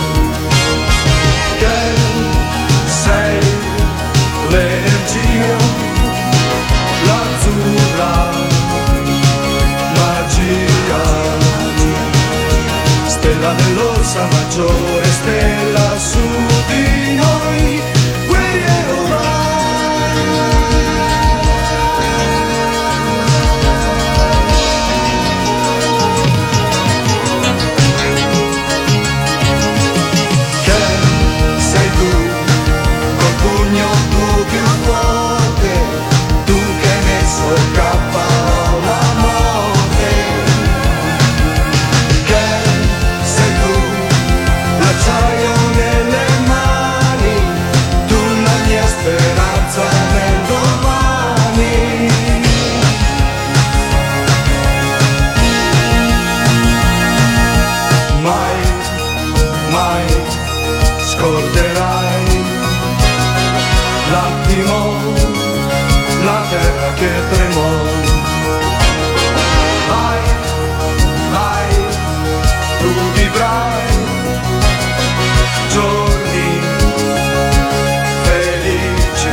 Che sei l'energia, l'azzurra magia, stella dell'Orsa Maggiore, stella su di noi, guerriero vai. Scorderai l'attimo, la terra che tremò. Vai, vai, tu vivrai giorni felici.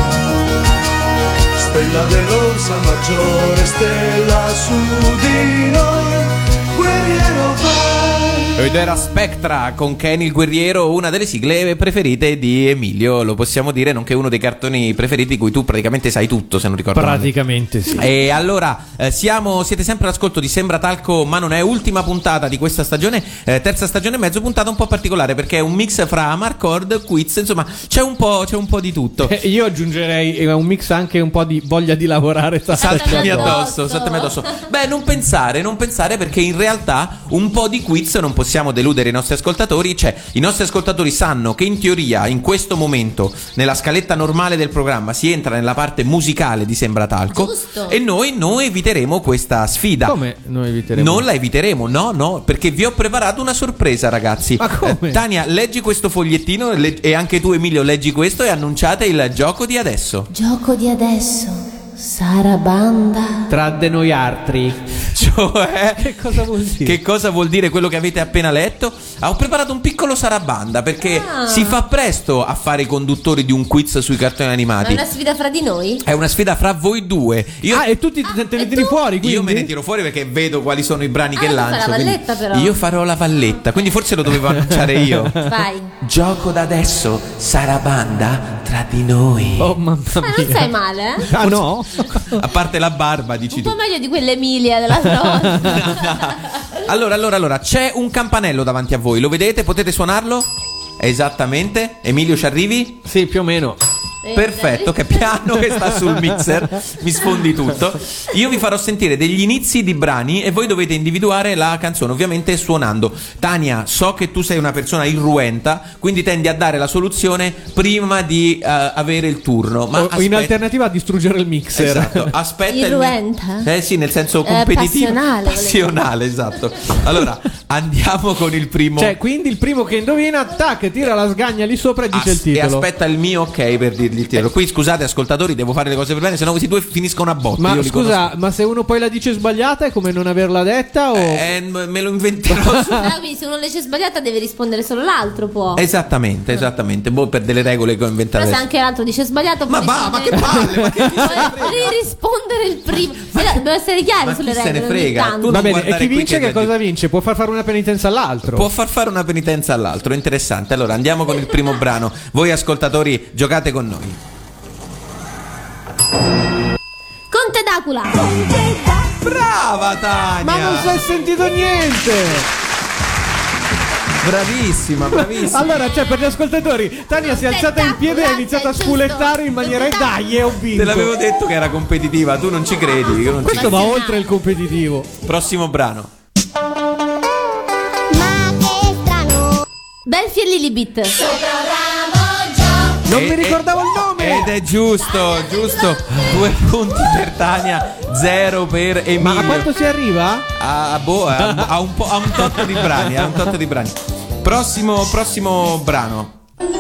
Stella dell'Orsa Maggiore, stella su di noi, guerriero vai. Ed era Spectra con Ken il guerriero, una delle sigle preferite di Emilio, lo possiamo dire, nonché uno dei cartoni preferiti di cui tu praticamente sai tutto, se non ricordo male. Praticamente sì. E allora eh, siamo, siete sempre all'ascolto di Sembra Talco ma non è, ultima puntata di questa stagione, eh, terza stagione e mezzo, puntata un po' particolare perché è un mix fra Amarcord, quiz, insomma c'è un po', c'è un po' di tutto. Eh, io aggiungerei eh, un mix anche un po' di voglia di lavorare. Saltami addosso, saltami addosso. Beh, non pensare, non pensare perché in realtà un po' di quiz non possiamo deludere i nostri ascoltatori. Cioè, i nostri ascoltatori sanno che in teoria in questo momento nella scaletta normale del programma si entra nella parte musicale di Sembra Talco. Giusto. E noi noi eviteremo questa sfida. Come noi eviteremo? Non la eviteremo, no, no, perché vi ho preparato una sorpresa, ragazzi. Ma come? Eh, Tania, leggi questo fogliettino le- e anche tu, Emilio, leggi questo e annunciate il gioco di adesso. Gioco di adesso. Sarabanda. Tra de noi altri. Cioè, Cioè, che cosa vuol dire? Che cosa vuol dire quello che avete appena letto? Ah, ho preparato un piccolo sarabanda perché Ah. si fa presto a fare i conduttori di un quiz sui cartoni Ma animati. è una sfida fra di noi? È una sfida fra voi due. Io, Ah, e tu ti, te, te ne e tiri tu? fuori, quindi? io me ne tiro fuori perché vedo quali sono i brani Ah, che tu fai lancio. la quindi valletta, però. Io farò la valletta, quindi forse lo dovevo annunciare io. Vai. Gioco da adesso, sarabanda tra di noi. Oh mamma Ma non stai male, eh? Ah no? A parte la barba, dici Un tu. po' meglio di quell'Emilia dell'altra volta. Allora, allora, allora, c'è un campanello davanti a voi, lo vedete? Potete suonarlo? Esattamente. Emilio, ci arrivi? Sì, più o meno. Perfetto, che piano che sta sul mixer, mi sfondi tutto. Io vi farò sentire degli inizi di brani e voi dovete individuare la canzone, ovviamente suonando. Tania, so che tu sei una persona irruenta, quindi tendi a dare la soluzione prima di uh, avere il turno. Ma O, aspetta- in alternativa a distruggere il mixer. Esatto, aspetta il Irruenta? Eh sì, nel senso Eh, competitivo. passionale, volevo Passionale, esatto. Allora, andiamo con il primo. Cioè, quindi il primo che indovina, tac, tira la sgagna lì sopra e dice As- il titolo. E aspetta il mio ok per dirgli il titolo. Qui scusate ascoltatori, devo fare le cose per bene, sennò questi due finiscono a botte. Ma Io li scusa, ma se uno poi la dice sbagliata è come non averla detta o... Eh, m- me lo inventerò. Ah, quindi se uno legge sbagliata deve rispondere solo l'altro, può. Esattamente, esattamente. Boh, per delle regole che ho inventato Però se adesso. anche l'altro dice sbagliato, Ma può va, ma che rispondere- palle, ma che chi se ne può rispondere il primo. Però dobbiamo essere chiari Ma sulle chi se ne regole. ogni frega? tanto. Tu non Va bene, e guardare chi qui vince che che da- cosa vince? Può far fare una penitenza all'altro. Può far fare una penitenza all'altro, interessante. Allora andiamo con il primo brano. Voi ascoltatori giocate con noi. Conte D'Acula. Brava Tania! Ma non si è sentito niente! Bravissima, bravissima. Allora, cioè, per gli ascoltatori, Tania si è alzata in piedi e ha iniziato a spulettare in maniera e dai, e ho vinto. Te l'avevo detto che era competitiva, tu non ci credi. Io non ci Questo va credo. oltre il competitivo. Prossimo brano. Belfi e Lilibit. Non E- mi ricordavo il nome. Ed è giusto, giusto. Due punti per Tania, zero per Emilio. Ma a quanto si arriva? A, boh, a, a un po', a un tot di brani, a un tot di brani. Prossimo, prossimo brano.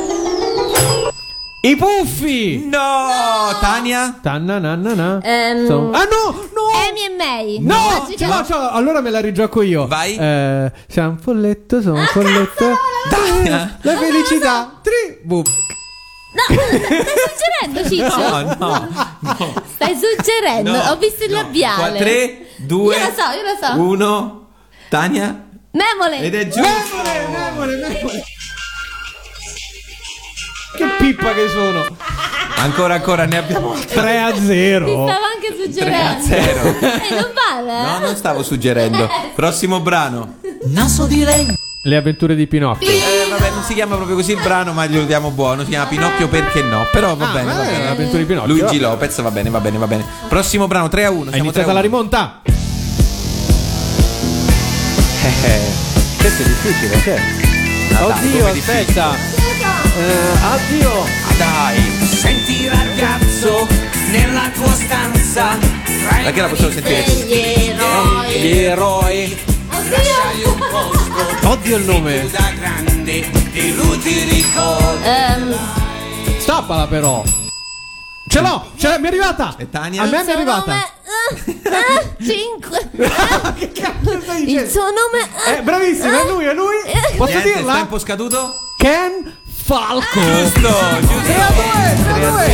I Puffi. No, Tania. Tanna nanna na. Ehm, So- Ah no, no. Amy e May. No, Magica- ce l'ho, ce l'ho. Allora me la rigioco io. Vai. Eh, sei un folletto, sono un folletto. Tania. La felicità. Tri. Boom. No, stai suggerendo, Ciccio? No, no, no. Stai suggerendo? No, Ho visto il no. labiale. tre, due, Io lo so, io lo so. uno. Tania. Memole. Ed è giusto. Memole, memole, memole. Che pippa che sono. Ancora, ancora, ne abbiamo tre a Ti zero. stavo anche suggerendo. tre a zero. E non vale, eh? No, non stavo suggerendo. Prossimo brano. Naso di legno. Le avventure di Pinocchio. Eh, vabbè, non si chiama proprio così il brano, ma glielo diamo buono. Si chiama Pinocchio perché no. Però va Ah, bene, va eh, bene. l'avventura di Pinocchio. Luigi Lopez, va bene, va bene, va bene. Prossimo brano, tre a uno. È iniziata la rimonta. Questo è difficile, che? Oddio, aspetta. Eh, addio. Dai. Senti ragazzo nella tua stanza. Perché la possiamo sentire? Gli eroi. Gli eroi. Oddio il nome. Da grande e lui ti ricorda. Ehm, Stappala però. Ce l'ho, ce l'ho, mi è arrivata. E Tania? A me mi è suo arrivata. nome- eh, eh, cinque. Che cazzo stai Il dicendo? suo nome. eh, Eh, bravissimo, è lui, è lui. Posso Niente, il dirla? tempo scaduto? Ken Falco. Giusto, giusto. tre a due, tre a due.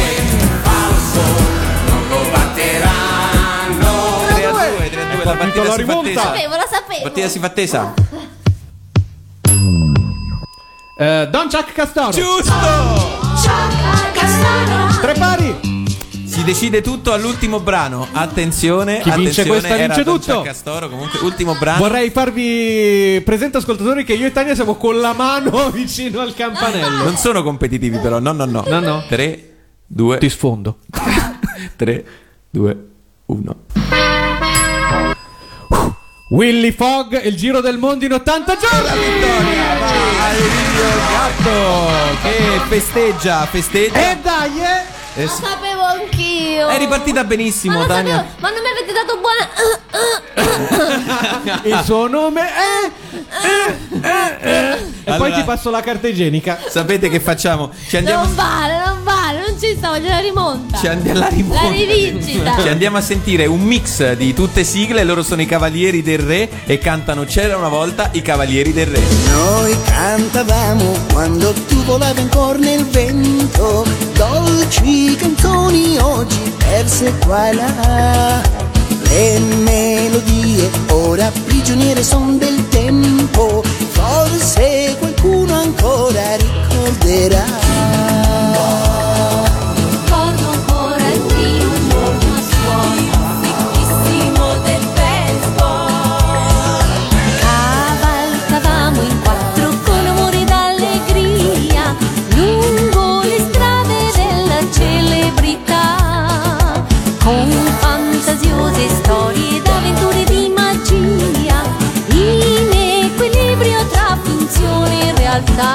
Non lo batteranno. tre a due, tre a due. La partita la si fa rimonta. attesa. Sapevo, lo La sapevo. partita si fa attesa. Eh, Don Chuck Castoro. Giusto! Tre pari. Si decide tutto all'ultimo brano. Attenzione, Chi vince attenzione, questa era vince Don tutto. Chuck Castoro, comunque ultimo brano. Vorrei farvi presente ascoltatori che io e Tania siamo con la mano vicino al campanello. Non sono competitivi però, no, no, no. No, no. tre, due, Ti sfondo. tre, due, uno. Willy Fogg e il giro del mondo in ottanta giorni. Vittoria, vai, Emilio Gatto che festeggia, festeggia. E dai, eh. Eh, Lo sì. sapevo anch'io. È ripartita benissimo, Ma lo Tania. sapevo, ma non mi avete dato buona. Il suo nome è. E poi Allora- ti passo la carta igienica. Sapete che facciamo? Ci andiamo. Non vale, non vale, non ci sta, voglio la rimonta. Ci andiamo alla rimonta. La rivincita. Ci andiamo a sentire un mix di tutte sigle. Loro sono i Cavalieri del Re e cantano C'era una volta i Cavalieri del Re. Noi cantavamo quando tu volavi ancora nel vento, dolci canzoni oggi perse qua e là. Le melodie ora prigioniere son del tempo, forse qualcuno ancora ricorderà. Ricordo ancora il primo giorno a scuola, fittissimo del baseball. Cavalcavamo in quattro con amore ed allegria lungo le strade della celebrità, con fantasiose storie d'avventure di magia, in equilibrio tra finzione e realtà.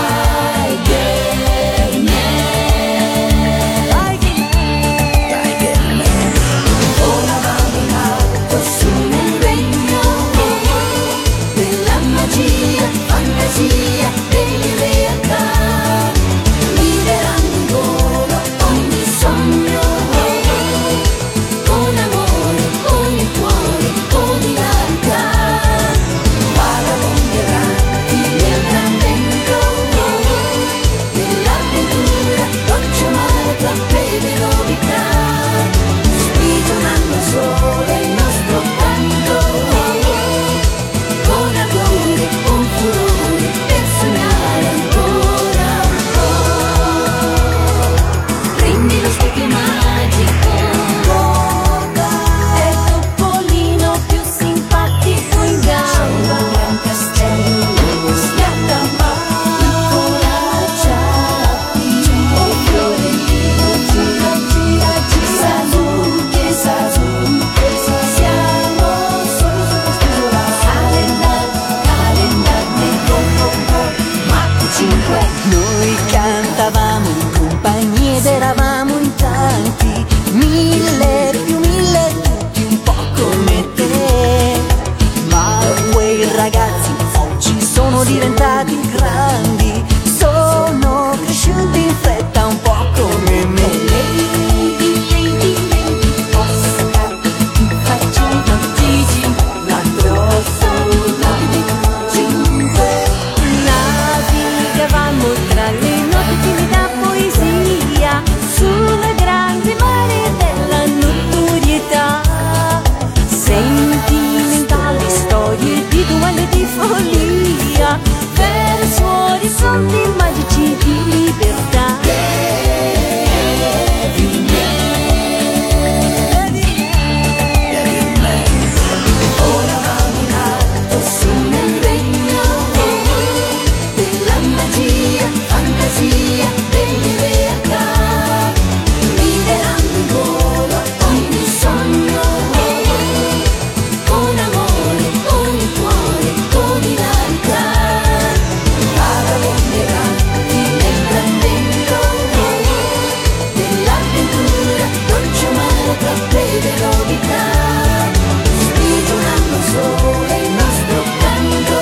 Volavamo in alto su nel regno della magia, fantasia, delle realtà, liberando in volo ogni sogno, con amore, con il cuore, con ilarità. Vagabonde erranti nel gran vento dell'avventura, dolce amare tra breve novità, sprigionando solo il nostro canto, con ardore, con furore, per sognare ancora un po'. Prendi lo specchio magico, è Topolino più simpatico in gamba, un gran castello, schiatta ma piccola ciappi, un fiorellino gira gira gira, salute salute, siamo solo sopra calendar, calendar del Coco, Mach cinque. Noi cantavamo in compagnia ed eravamo in tanti, mille più mille, tutti un po' come te. Ma quei ragazzi oggi sono diventati grandi, sono cresciuti in fretta un po' come me. Lady, lady, lady, Oscar, facendo Gigi, la grossa, la cinque. Navigavamo tra le note piene da poesia, sulle grandi mare della notorietà, sentimentali storie di duello e di follia, verso orizzonti magici di libertà. Volavamo in alto su nel regno della magia, fantasia, delle realtà, liberando in volo ogni sogno, con amore, con il cuore, con ilarità. Vagabonde erranti nel gran vento dell'avventura, dolce amare tra breve novità, sprigionando sole il nostro canto,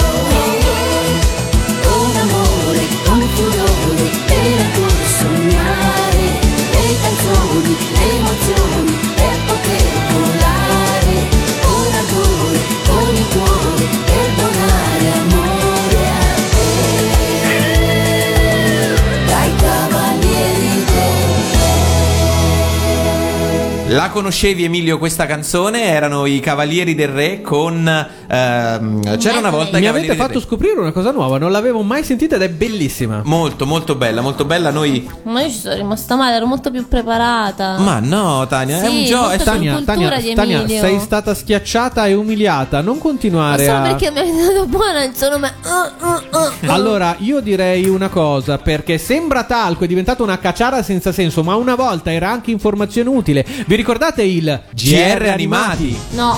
con amore, con furore, per ancora sognare le canzoni, le emozioni, per poter volare, con ardore, con il cuore, per donare amore a te, dai Cavalieri del La conoscevi, Emilio, questa canzone? Erano i Cavalieri del Re con ehm, C'era una volta i Mi Cavalieri avete del fatto Re. scoprire una cosa nuova, non l'avevo mai sentita ed è bellissima. Molto molto bella, molto bella. Noi Ma io ci sono rimasta male, ero molto più preparata. Ma no, Tania, è Sì, un gioco. molto È più Tania, cultura Tania, di Tania, Emilio. sei stata schiacciata e umiliata. Non Ma continuare solo a. perché mi avete dato buona, insomma. Uh, uh, uh, uh. Allora, io direi una cosa, perché Sembra Talco è diventato una cacciara senza senso, ma una volta era anche informazione utile. Vi ricordate il G R Animati? No.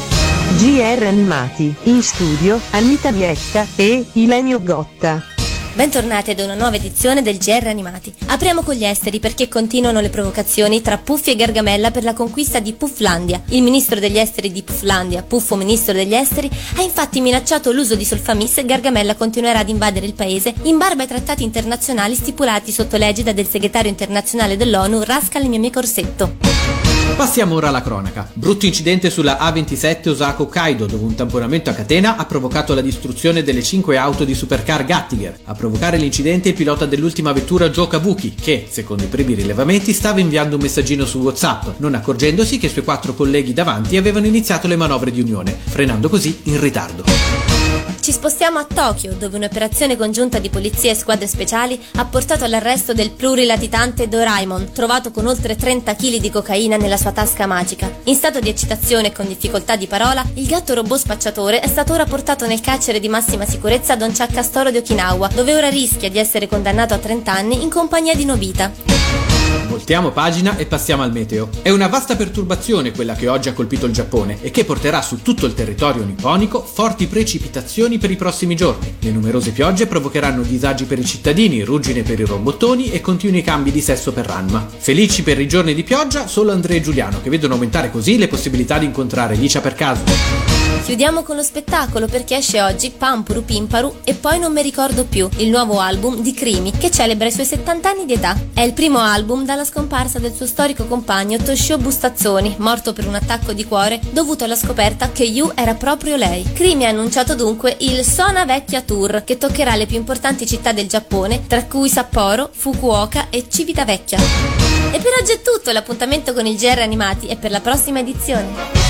G R Animati, in studio, Anita Vietta e Ilenio Gotta. Bentornati ad una nuova edizione del G R Animati. Apriamo con gli esteri perché continuano le provocazioni tra Puffi e Gargamella per la conquista di Pufflandia. Il ministro degli esteri di Pufflandia, Puffo ministro degli esteri, ha infatti minacciato l'uso di Solfamis e Gargamella continuerà ad invadere il paese in barba ai trattati internazionali stipulati sotto l'egida del segretario internazionale dell'ONU Rascal Mimie Corsetto. Passiamo ora alla cronaca. Brutto incidente sulla A ventisette Osaka Hokkaido, dove un tamponamento a catena ha provocato la distruzione delle cinque auto di supercar Gattiger. A provocare l'incidente il pilota dell'ultima vettura Joe Kabuki, che, secondo i primi rilevamenti, stava inviando un messaggino su WhatsApp, non accorgendosi che i suoi quattro colleghi davanti avevano iniziato le manovre di unione, frenando così in ritardo. Ci spostiamo a Tokyo, dove un'operazione congiunta di polizia e squadre speciali ha portato all'arresto del plurilatitante Doraemon, trovato con oltre trenta chili di cocaina nella sua tasca magica. In stato di eccitazione e con difficoltà di parola, il gatto robot spacciatore è stato ora portato nel carcere di massima sicurezza Don Castoro di Okinawa, dove ora rischia di essere condannato a trenta anni in compagnia di Nobita. Voltiamo pagina e passiamo al meteo. È una vasta perturbazione quella che oggi ha colpito il Giappone e che porterà su tutto il territorio nipponico forti precipitazioni per i prossimi giorni. Le numerose piogge provocheranno disagi per i cittadini, ruggine per i robottoni e continui cambi di sesso per Ranma. Felici per i giorni di pioggia solo Andrea e Giuliano, che vedono aumentare così le possibilità di incontrare Licia per caso. Chiudiamo con lo spettacolo perché esce oggi Pampuru Pimparu e poi non mi ricordo più, il nuovo album di Crimi che celebra i suoi settanta anni di età. È il primo album dalla scomparsa del suo storico compagno Toshio Bustazzoni, morto per un attacco di cuore dovuto alla scoperta che Yu era proprio lei. Crimi ha annunciato dunque il Sona Vecchia Tour che toccherà le più importanti città del Giappone, tra cui Sapporo, Fukuoka e Civitavecchia. E per oggi è tutto, l'appuntamento con il G R Animati è per la prossima edizione.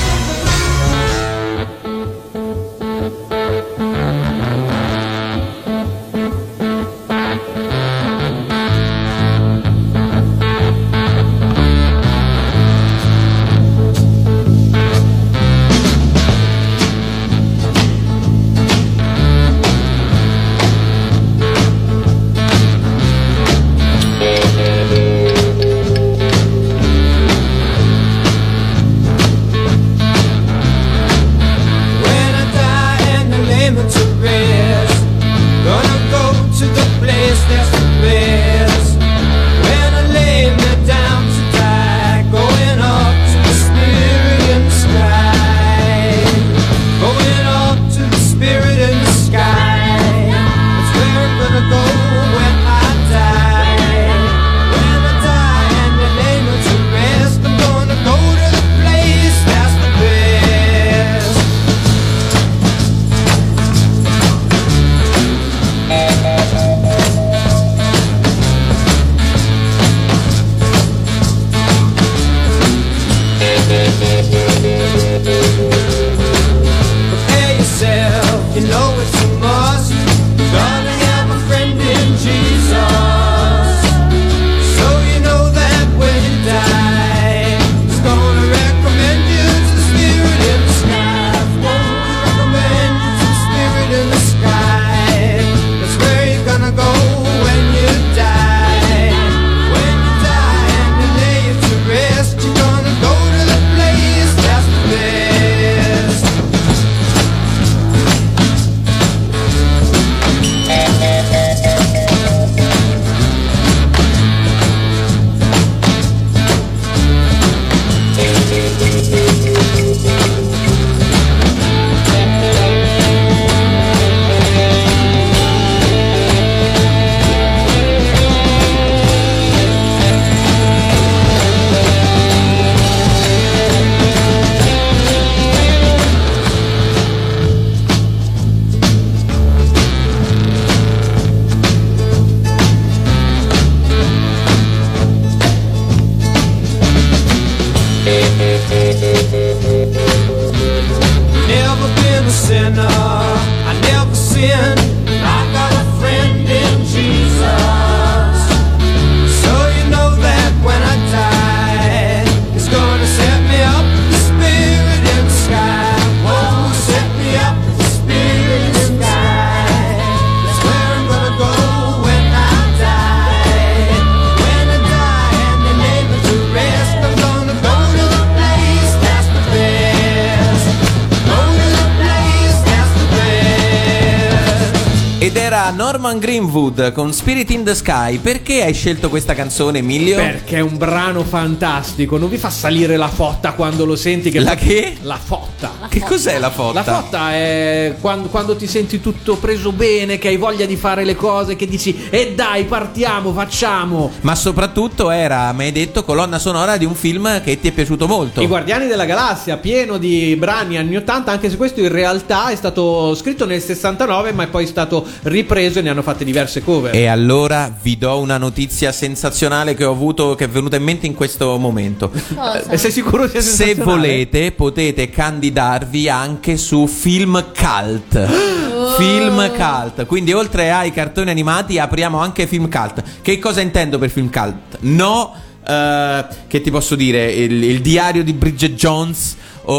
era Norman Greenwood con Spirit in the Sky. Perché hai scelto questa canzone, Emilio? Perché è un brano fantastico. Non vi fa salire la fotta quando lo senti? Che la che? La fotta. La che fotta. Cos'è la fotta? La fotta è quando, quando ti senti tutto preso bene, che hai voglia di fare le cose, che dici e eh dai partiamo, facciamo. Ma soprattutto era, mi hai detto, colonna sonora di un film che ti è piaciuto molto. I Guardiani della Galassia, pieno di brani anni ottanta, anche se questo in realtà è stato scritto nel sessantanove, ma è poi stato ripreso e ne hanno fatte diverse cover. E allora vi do una notizia sensazionale che ho avuto, che è venuta in mente in questo momento. E sei sicuro sia Se volete potete candidarvi anche su film cult. Oh. Film cult. Quindi oltre ai cartoni animati apriamo anche film cult. Che cosa intendo per film cult? No, uh, che ti posso dire, il, il diario di Bridget Jones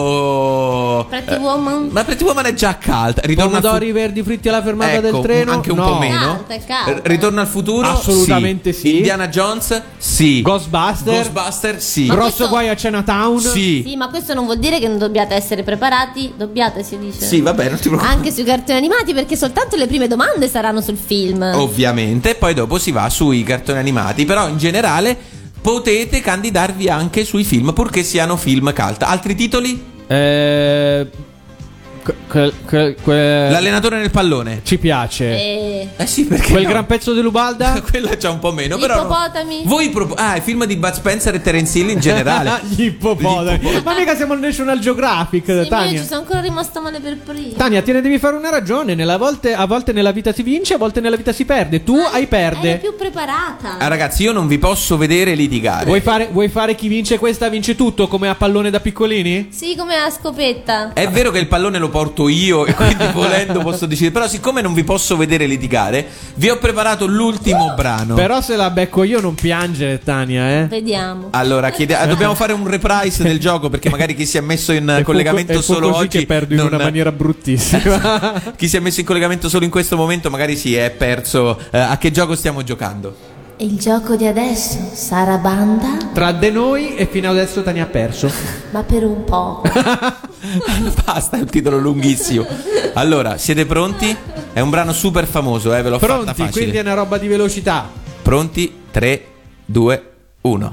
o Pretty Woman. Ma Pretty Woman è già cult. Ritorno Pomodori fu- verdi fritti alla fermata ecco, del treno. Anche un no. po' meno. Cult, cult. Ritorno al futuro. Assolutamente sì. sì. Indiana Jones. Sì. Ghostbuster. Ghostbuster. Sì. Grosso questo... guai a Chinatown. Sì. Sì, ma questo non vuol dire che non dobbiate essere preparati. Dobbiate, si dice. Sì, vabbè, non ti preoccupare. Anche sui cartoni animati, perché soltanto le prime domande saranno sul film. Ovviamente. Poi dopo si va sui cartoni animati. Però in generale potete candidarvi anche sui film, purché siano film cult. Altri titoli? Eh, que, que, que... L'allenatore nel pallone. Ci piace. Eh, eh sì, perché quel no? gran pezzo dell'Ubalda. Quella c'ha un po' meno. Gli però ippopotami. No. Voi propo- ah, i film di Bud Spencer e Terence Hill in generale. Gli ippopotami. Gli ippopotami. Ma mica siamo al National Geographic, sì, Tania. io ci sono ancora rimasta male per prima. Tania, te ne devi fare una ragione. Nella volte, a volte nella vita si vince, a volte nella vita si perde. Tu ah, hai perde. Eri più preparata. Ah, ragazzi, io non vi posso vedere litigare. Vuoi fare, vuoi fare chi vince questa vince tutto, come a pallone da piccolini? Sì, come a scopetta. È vero che il pallone lo porto io e quindi volendo posso decidere. Però siccome non vi posso vedere litigare, vi ho preparato l'ultimo brano. Però se la becco io non piangere, Tania, eh. Vediamo. Allora, chiede- dobbiamo fare un reprise del gioco, perché magari chi si è messo in È collegamento fu- è fu solo così oggi che perdo non- in una maniera bruttissima. chi si è messo in collegamento solo in questo momento magari si è perso eh, a che gioco stiamo giocando. Il gioco di adesso sarà banda? Tra de noi e fino adesso Tania ha perso. Ma per un po'. Basta, è un titolo lunghissimo. Allora, siete pronti? È un brano super famoso, eh, ve l'ho fatta Pronti, facile. quindi è una roba di velocità. Pronti? tre, due, uno.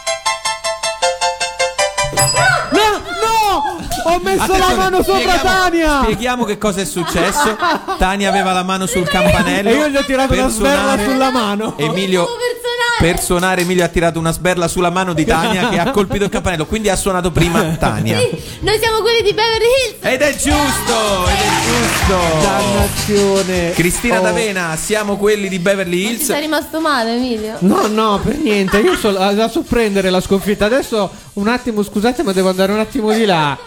Ho messo Attenzione, la mano sopra spieghiamo- Tania. Spieghiamo che cosa è successo. Tania aveva la mano sul campanello E io gli ho tirato per una sberla suonare. sulla mano. Emilio, per suonare Emilio ha tirato una sberla sulla mano di Tania che ha colpito il campanello, quindi ha suonato prima Tania. Sì, noi siamo quelli di Beverly Hills. Ed è giusto, ed è giusto. Dannazione. Cristina Oh. D'Avena, siamo quelli di Beverly Ti Hills. sei rimasto male, Emilio? No, no, per niente. Io so la, la so prendere la sconfitta. Adesso un attimo, scusate, ma devo andare un attimo di là.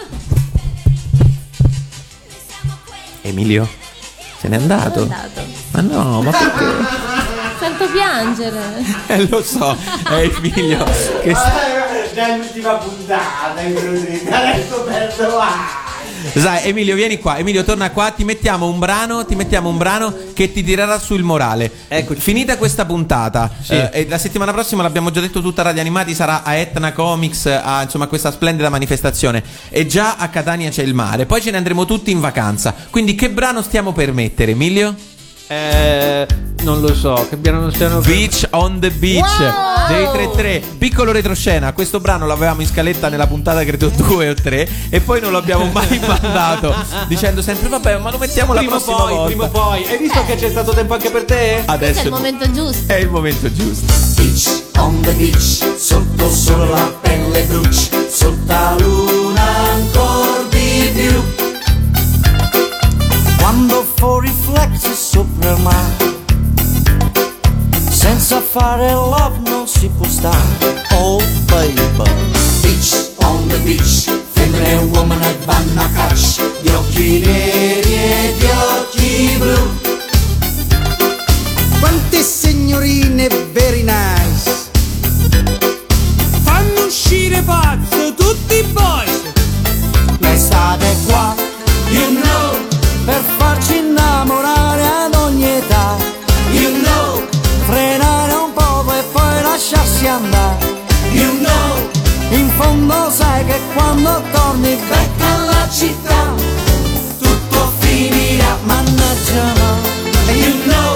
Emilio, se n'è andato. Dove è andato? Ma no, ma perché? Sento piangere. Eh, lo so, è Emilio che sta... Già è l'ultima puntata, adesso perdo. Sai, Emilio, vieni qua. Emilio, torna qua. Ti mettiamo un brano. Ti mettiamo un brano che ti tirerà su il morale. Ecco, finita questa puntata. Sì. eh, e la settimana prossima, l'abbiamo già detto tutta Radio Animati, sarà a Etna Comics, a insomma questa splendida manifestazione. E già a Catania c'è il mare. Poi ce ne andremo tutti in vacanza. Quindi, che brano stiamo per mettere, Emilio? Eh, non lo so, che brano stiano. Beach on the Beach, Wow! dei tre tre. Piccolo retroscena. Questo brano l'avevamo in scaletta nella puntata credo due o tre, e poi non l'abbiamo mai mandato, dicendo sempre vabbè, ma lo mettiamo la Prima o prossima poi, volta. prima o poi. Hai visto che c'è stato tempo anche per te? Adesso È il momento giusto. è il momento giusto. Beach on the beach, sotto sole la pelle brucia, sotto la luna ancor di più. Quando fuori riflessi sopra il mare, senza fare love non si può stare. Oh baby, beach on the beach, femmine e uomini vanno a caccia di occhi neri e di occhi blu. Quante signorine very nice fanno uscire pazzo tutti i boys. L'estate qua, you know, per farci innamorare ad ogni età. You know, frenare un poco e poi lasciarsi andare. You know, in fondo sai che quando torni back alla città tutto finirà, mannaggia no. You know,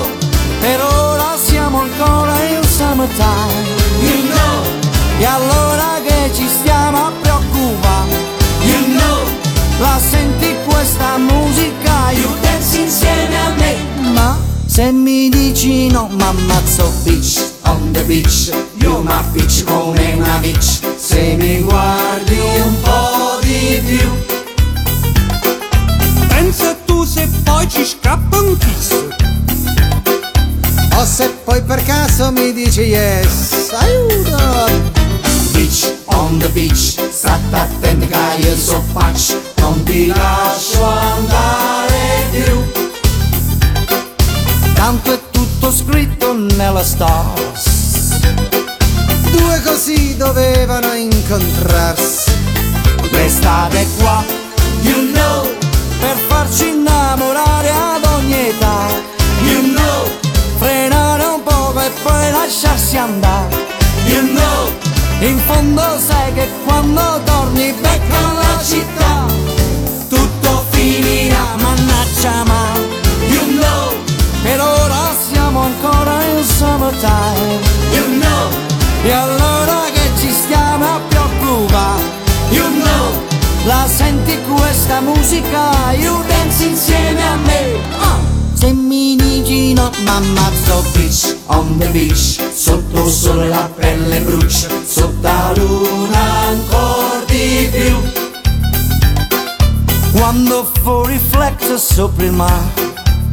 summertime, you know. E allora che ci stiamo a preoccupare, you know. La senti questa musica, you dance insieme a me. Ma se mi dici no, m'ammazzo bitch, on the beach, you're my bitch come una bitch. Se mi guardi un po' di più, pensa tu se poi ci scappa un kiss, o se poi per caso mi dici yes, aiuto. Bitch on the beach, state attenti che io so faccio, non ti lascio andare più. Tanto è tutto scritto nella stars, due così dovevano incontrarsi. L'estate qua, you know, per farci innamorare ad ogni età, you know. Frenare un po' e poi lasciarsi andare, you know. In fondo sai che quando torni becca la città, tutto finirà, mannaggia ma, you know. Per ora siamo ancora in summertime, you know. E allora che ci stiamo a preoccupare, you know. La senti questa musica, you dance insieme a me. uh. Se mi dici no, m'ammazzo bitch, on the beach, sotto sole la pelle brucia, sotto la luna ancora di più. Quando fuori riflette sopra il mare,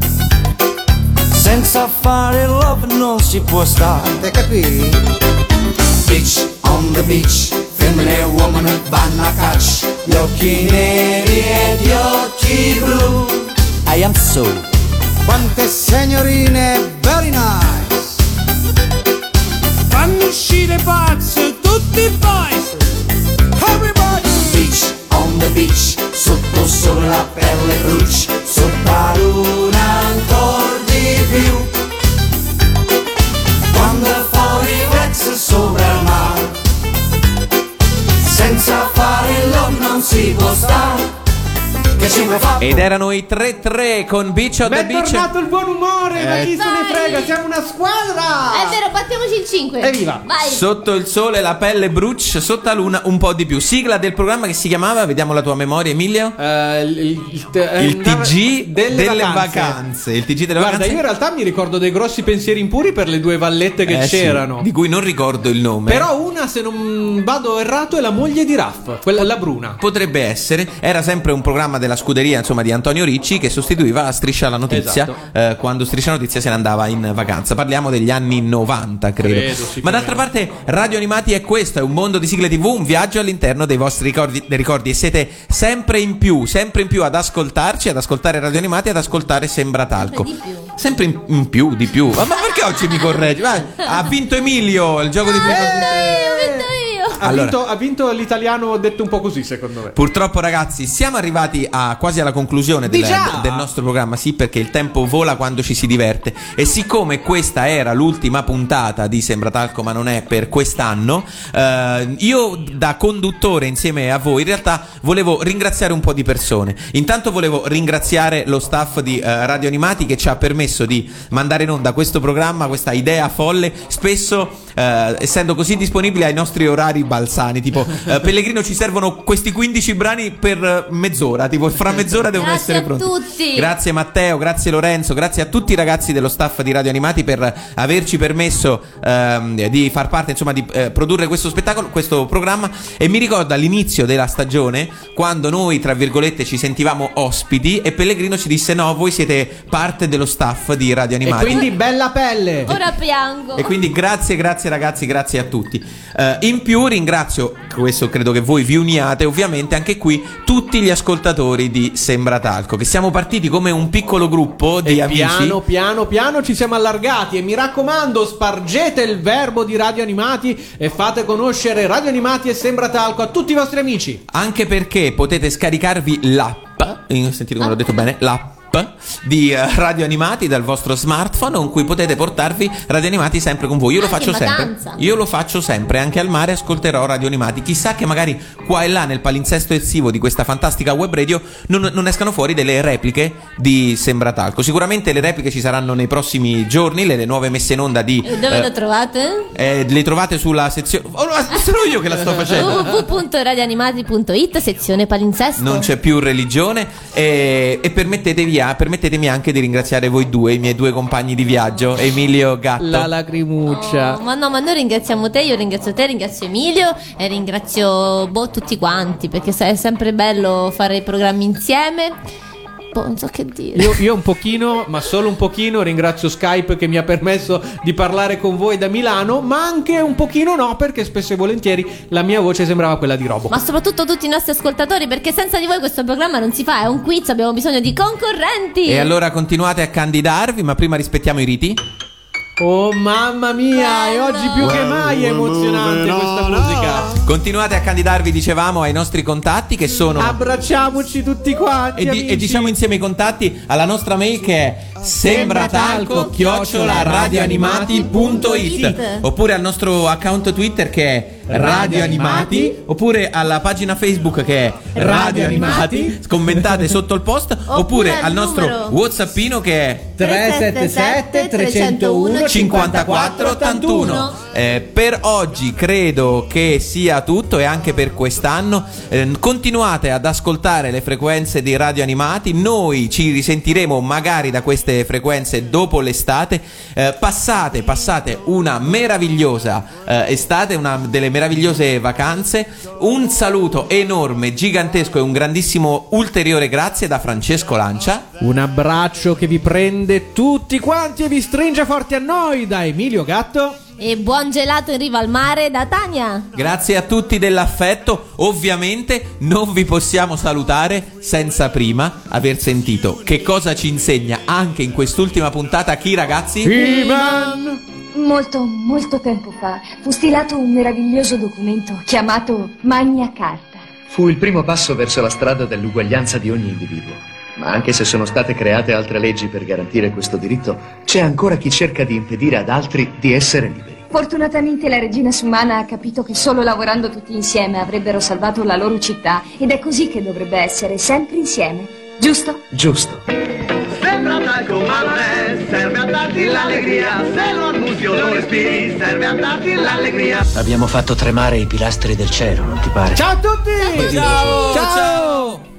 senza fare love non si può stare, te capì? Bitch on the beach, femmine e uomini vanno a caccia, gli occhi neri e gli occhi blu. I am so. Quante signorine very nice, fanno uscire pazze tutti i boys. Everybody. Beach on the beach, sotto sole la pelle brucia, sotto la luna ancora di più. Quando fuori ragazzi sopra il mare, senza fare l'on non si può stare. Ed erano i tre tre con Beach on the Beach. È tornato il buon umore, Eh. ma chi se ne frega, siamo una squadra. È vero, battiamoci in cinque. Evviva. Vai. Sotto il sole la pelle brucia, sotto la luna un po' di più. Sigla del programma che si chiamava, vediamo la tua memoria Emilio. Eh, il, il- il- Il T G delle delle, vacanze. vacanze. Il T G delle Guarda, vacanze. io in realtà mi ricordo dei grossi pensieri impuri per le due vallette che Eh, sì, c'erano. di cui non ricordo il nome. Però una, se non vado errato, è la moglie di Raff, quella la Bruna. Potrebbe essere. Era sempre un programma della scuderia, insomma, di Antonio Ricci, che sostituiva a Striscia la Notizia, Esatto. eh, quando Striscia la Notizia se ne andava in vacanza. Parliamo degli anni novanta, credo. Credo, sì, Ma d'altra parte, Radio Animati è questo: è un mondo di sigle tivù, un viaggio all'interno dei vostri ricordi, dei ricordi. E siete sempre in più, sempre in più ad ascoltarci, ad ascoltare Radio Animati, ad ascoltare Sembra Talco. Sempre in, in più, di più. Ma, ma perché oggi mi correggi? Vai, ha vinto Emilio il gioco di più. Ha, Allora. vinto, ha vinto l'italiano detto un po' così, secondo me. Purtroppo, ragazzi, siamo arrivati a quasi alla conclusione del, Di già? del nostro programma. Sì, perché il tempo vola quando ci si diverte. E siccome questa era l'ultima puntata di Sembra Talco, ma non è per quest'anno, eh, io da conduttore insieme a voi in realtà volevo ringraziare un po' di persone. Intanto volevo ringraziare lo staff di eh, Radio Animati, che ci ha permesso di mandare in onda questo programma, questa idea folle, spesso eh, essendo così disponibili ai nostri orari balzani. Tipo, eh, Pellegrino, ci servono questi quindici brani per eh, mezz'ora. Tipo, fra mezz'ora devono Grazie essere a pronti. tutti. Grazie Matteo, grazie Lorenzo, grazie a tutti i ragazzi dello staff di Radio Animati per averci permesso ehm, di far parte, insomma, di eh, produrre questo spettacolo, questo programma. E mi ricordo all'inizio della stagione, quando noi, tra virgolette, ci sentivamo ospiti e Pellegrino ci disse: no, voi siete parte dello staff di Radio E Animati. quindi bella pelle. Ora piango. E quindi grazie, grazie ragazzi, grazie a tutti. Eh, in più ringrazio, questo credo che voi vi uniate, ovviamente anche qui tutti gli ascoltatori di Sembra Talco, che siamo partiti come un piccolo gruppo di E amici. piano piano piano ci siamo allargati. E mi raccomando, spargete il verbo di Radio Animati e fate conoscere Radio Animati e Sembra Talco a tutti i vostri amici. Anche perché potete scaricarvi l'app, io ho sentito come l'ho detto bene, l'app di uh, Radio Animati dal vostro smartphone, con cui potete portarvi Radio Animati sempre con voi. Io lo Anche faccio in sempre. vacanza. Io lo faccio sempre, anche al mare ascolterò Radio Animati. Chissà che magari qua e là nel palinsesto estivo di questa fantastica web radio non, non escano fuori delle repliche di Sembratalco. Sicuramente le repliche ci saranno nei prossimi giorni, le, le nuove messe in onda di E dove eh, lo trovate? eh, le trovate sulla sezione. Oh, sono io che la sto facendo. w w w punto radioanimati punto it, sezione palinsesto. Non c'è più religione. E, e permettetevi a, permettetemi anche di ringraziare voi due, i miei due compagni di viaggio, Emilio Gatto. La lacrimuccia. Oh, ma no, ma noi ringraziamo te, io ringrazio te, ringrazio Emilio e ringrazio boh, tutti quanti, perché è sempre bello fare i programmi insieme. Boh, non so che dire. Io, io un pochino, ma solo un pochino, ringrazio Skype che mi ha permesso di parlare con voi da Milano, ma anche un pochino no, perché spesso e volentieri la mia voce sembrava quella di Robo. Ma soprattutto tutti i nostri ascoltatori, perché senza di voi questo programma non si fa, è un quiz, abbiamo bisogno di concorrenti. E allora continuate a candidarvi, ma prima rispettiamo i riti. Oh mamma mia, e oggi più che mai è emozionante questa musica. Continuate a candidarvi, dicevamo, ai nostri contatti che sono. Abbracciamoci tutti quanti. E, di, e diciamo insieme i contatti alla nostra mail che è sembratalco chiocciola radioanimati punto it, oppure al nostro account Twitter che è Radio Animati, oppure alla pagina Facebook che è Radio Animati. Commentate sotto il post, oppure al nostro WhatsAppino che è tre sette sette tre zero uno cinquantaquattro ottantuno. Eh, per oggi credo che sia tutto, e anche per quest'anno. Eh, continuate ad ascoltare le frequenze di Radio Animati. Noi ci risentiremo magari da queste frequenze dopo l'estate. Eh, passate, passate una meravigliosa eh, estate, una delle meravigliose vacanze. Un saluto enorme, gigantesco e un grandissimo ulteriore grazie da Francesco Lancia. Un abbraccio che vi prende tutti quanti e vi stringe forti a noi da Emilio Gatto. E buon gelato in riva al mare da Tania. Grazie a tutti dell'affetto. Ovviamente non vi possiamo salutare senza prima aver sentito che cosa ci insegna anche in quest'ultima puntata chi, ragazzi? He-Man! Molto, molto tempo fa fu stilato un meraviglioso documento chiamato Magna Carta. Fu il primo passo verso la strada dell'uguaglianza di ogni individuo. Ma anche se sono state create altre leggi per garantire questo diritto, c'è ancora chi cerca di impedire ad altri di essere liberi. Fortunatamente la regina Sumana ha capito che solo lavorando tutti insieme avrebbero salvato la loro città, ed è così che dovrebbe essere, sempre insieme, giusto? Giusto. Sembra talco ma non è, serve a darti l'allegria, se lo annusi o lo respiri, serve a darti l'allegria. Abbiamo fatto tremare i pilastri del cielo, non ti pare? Ciao a tutti! Ciao! Ciao!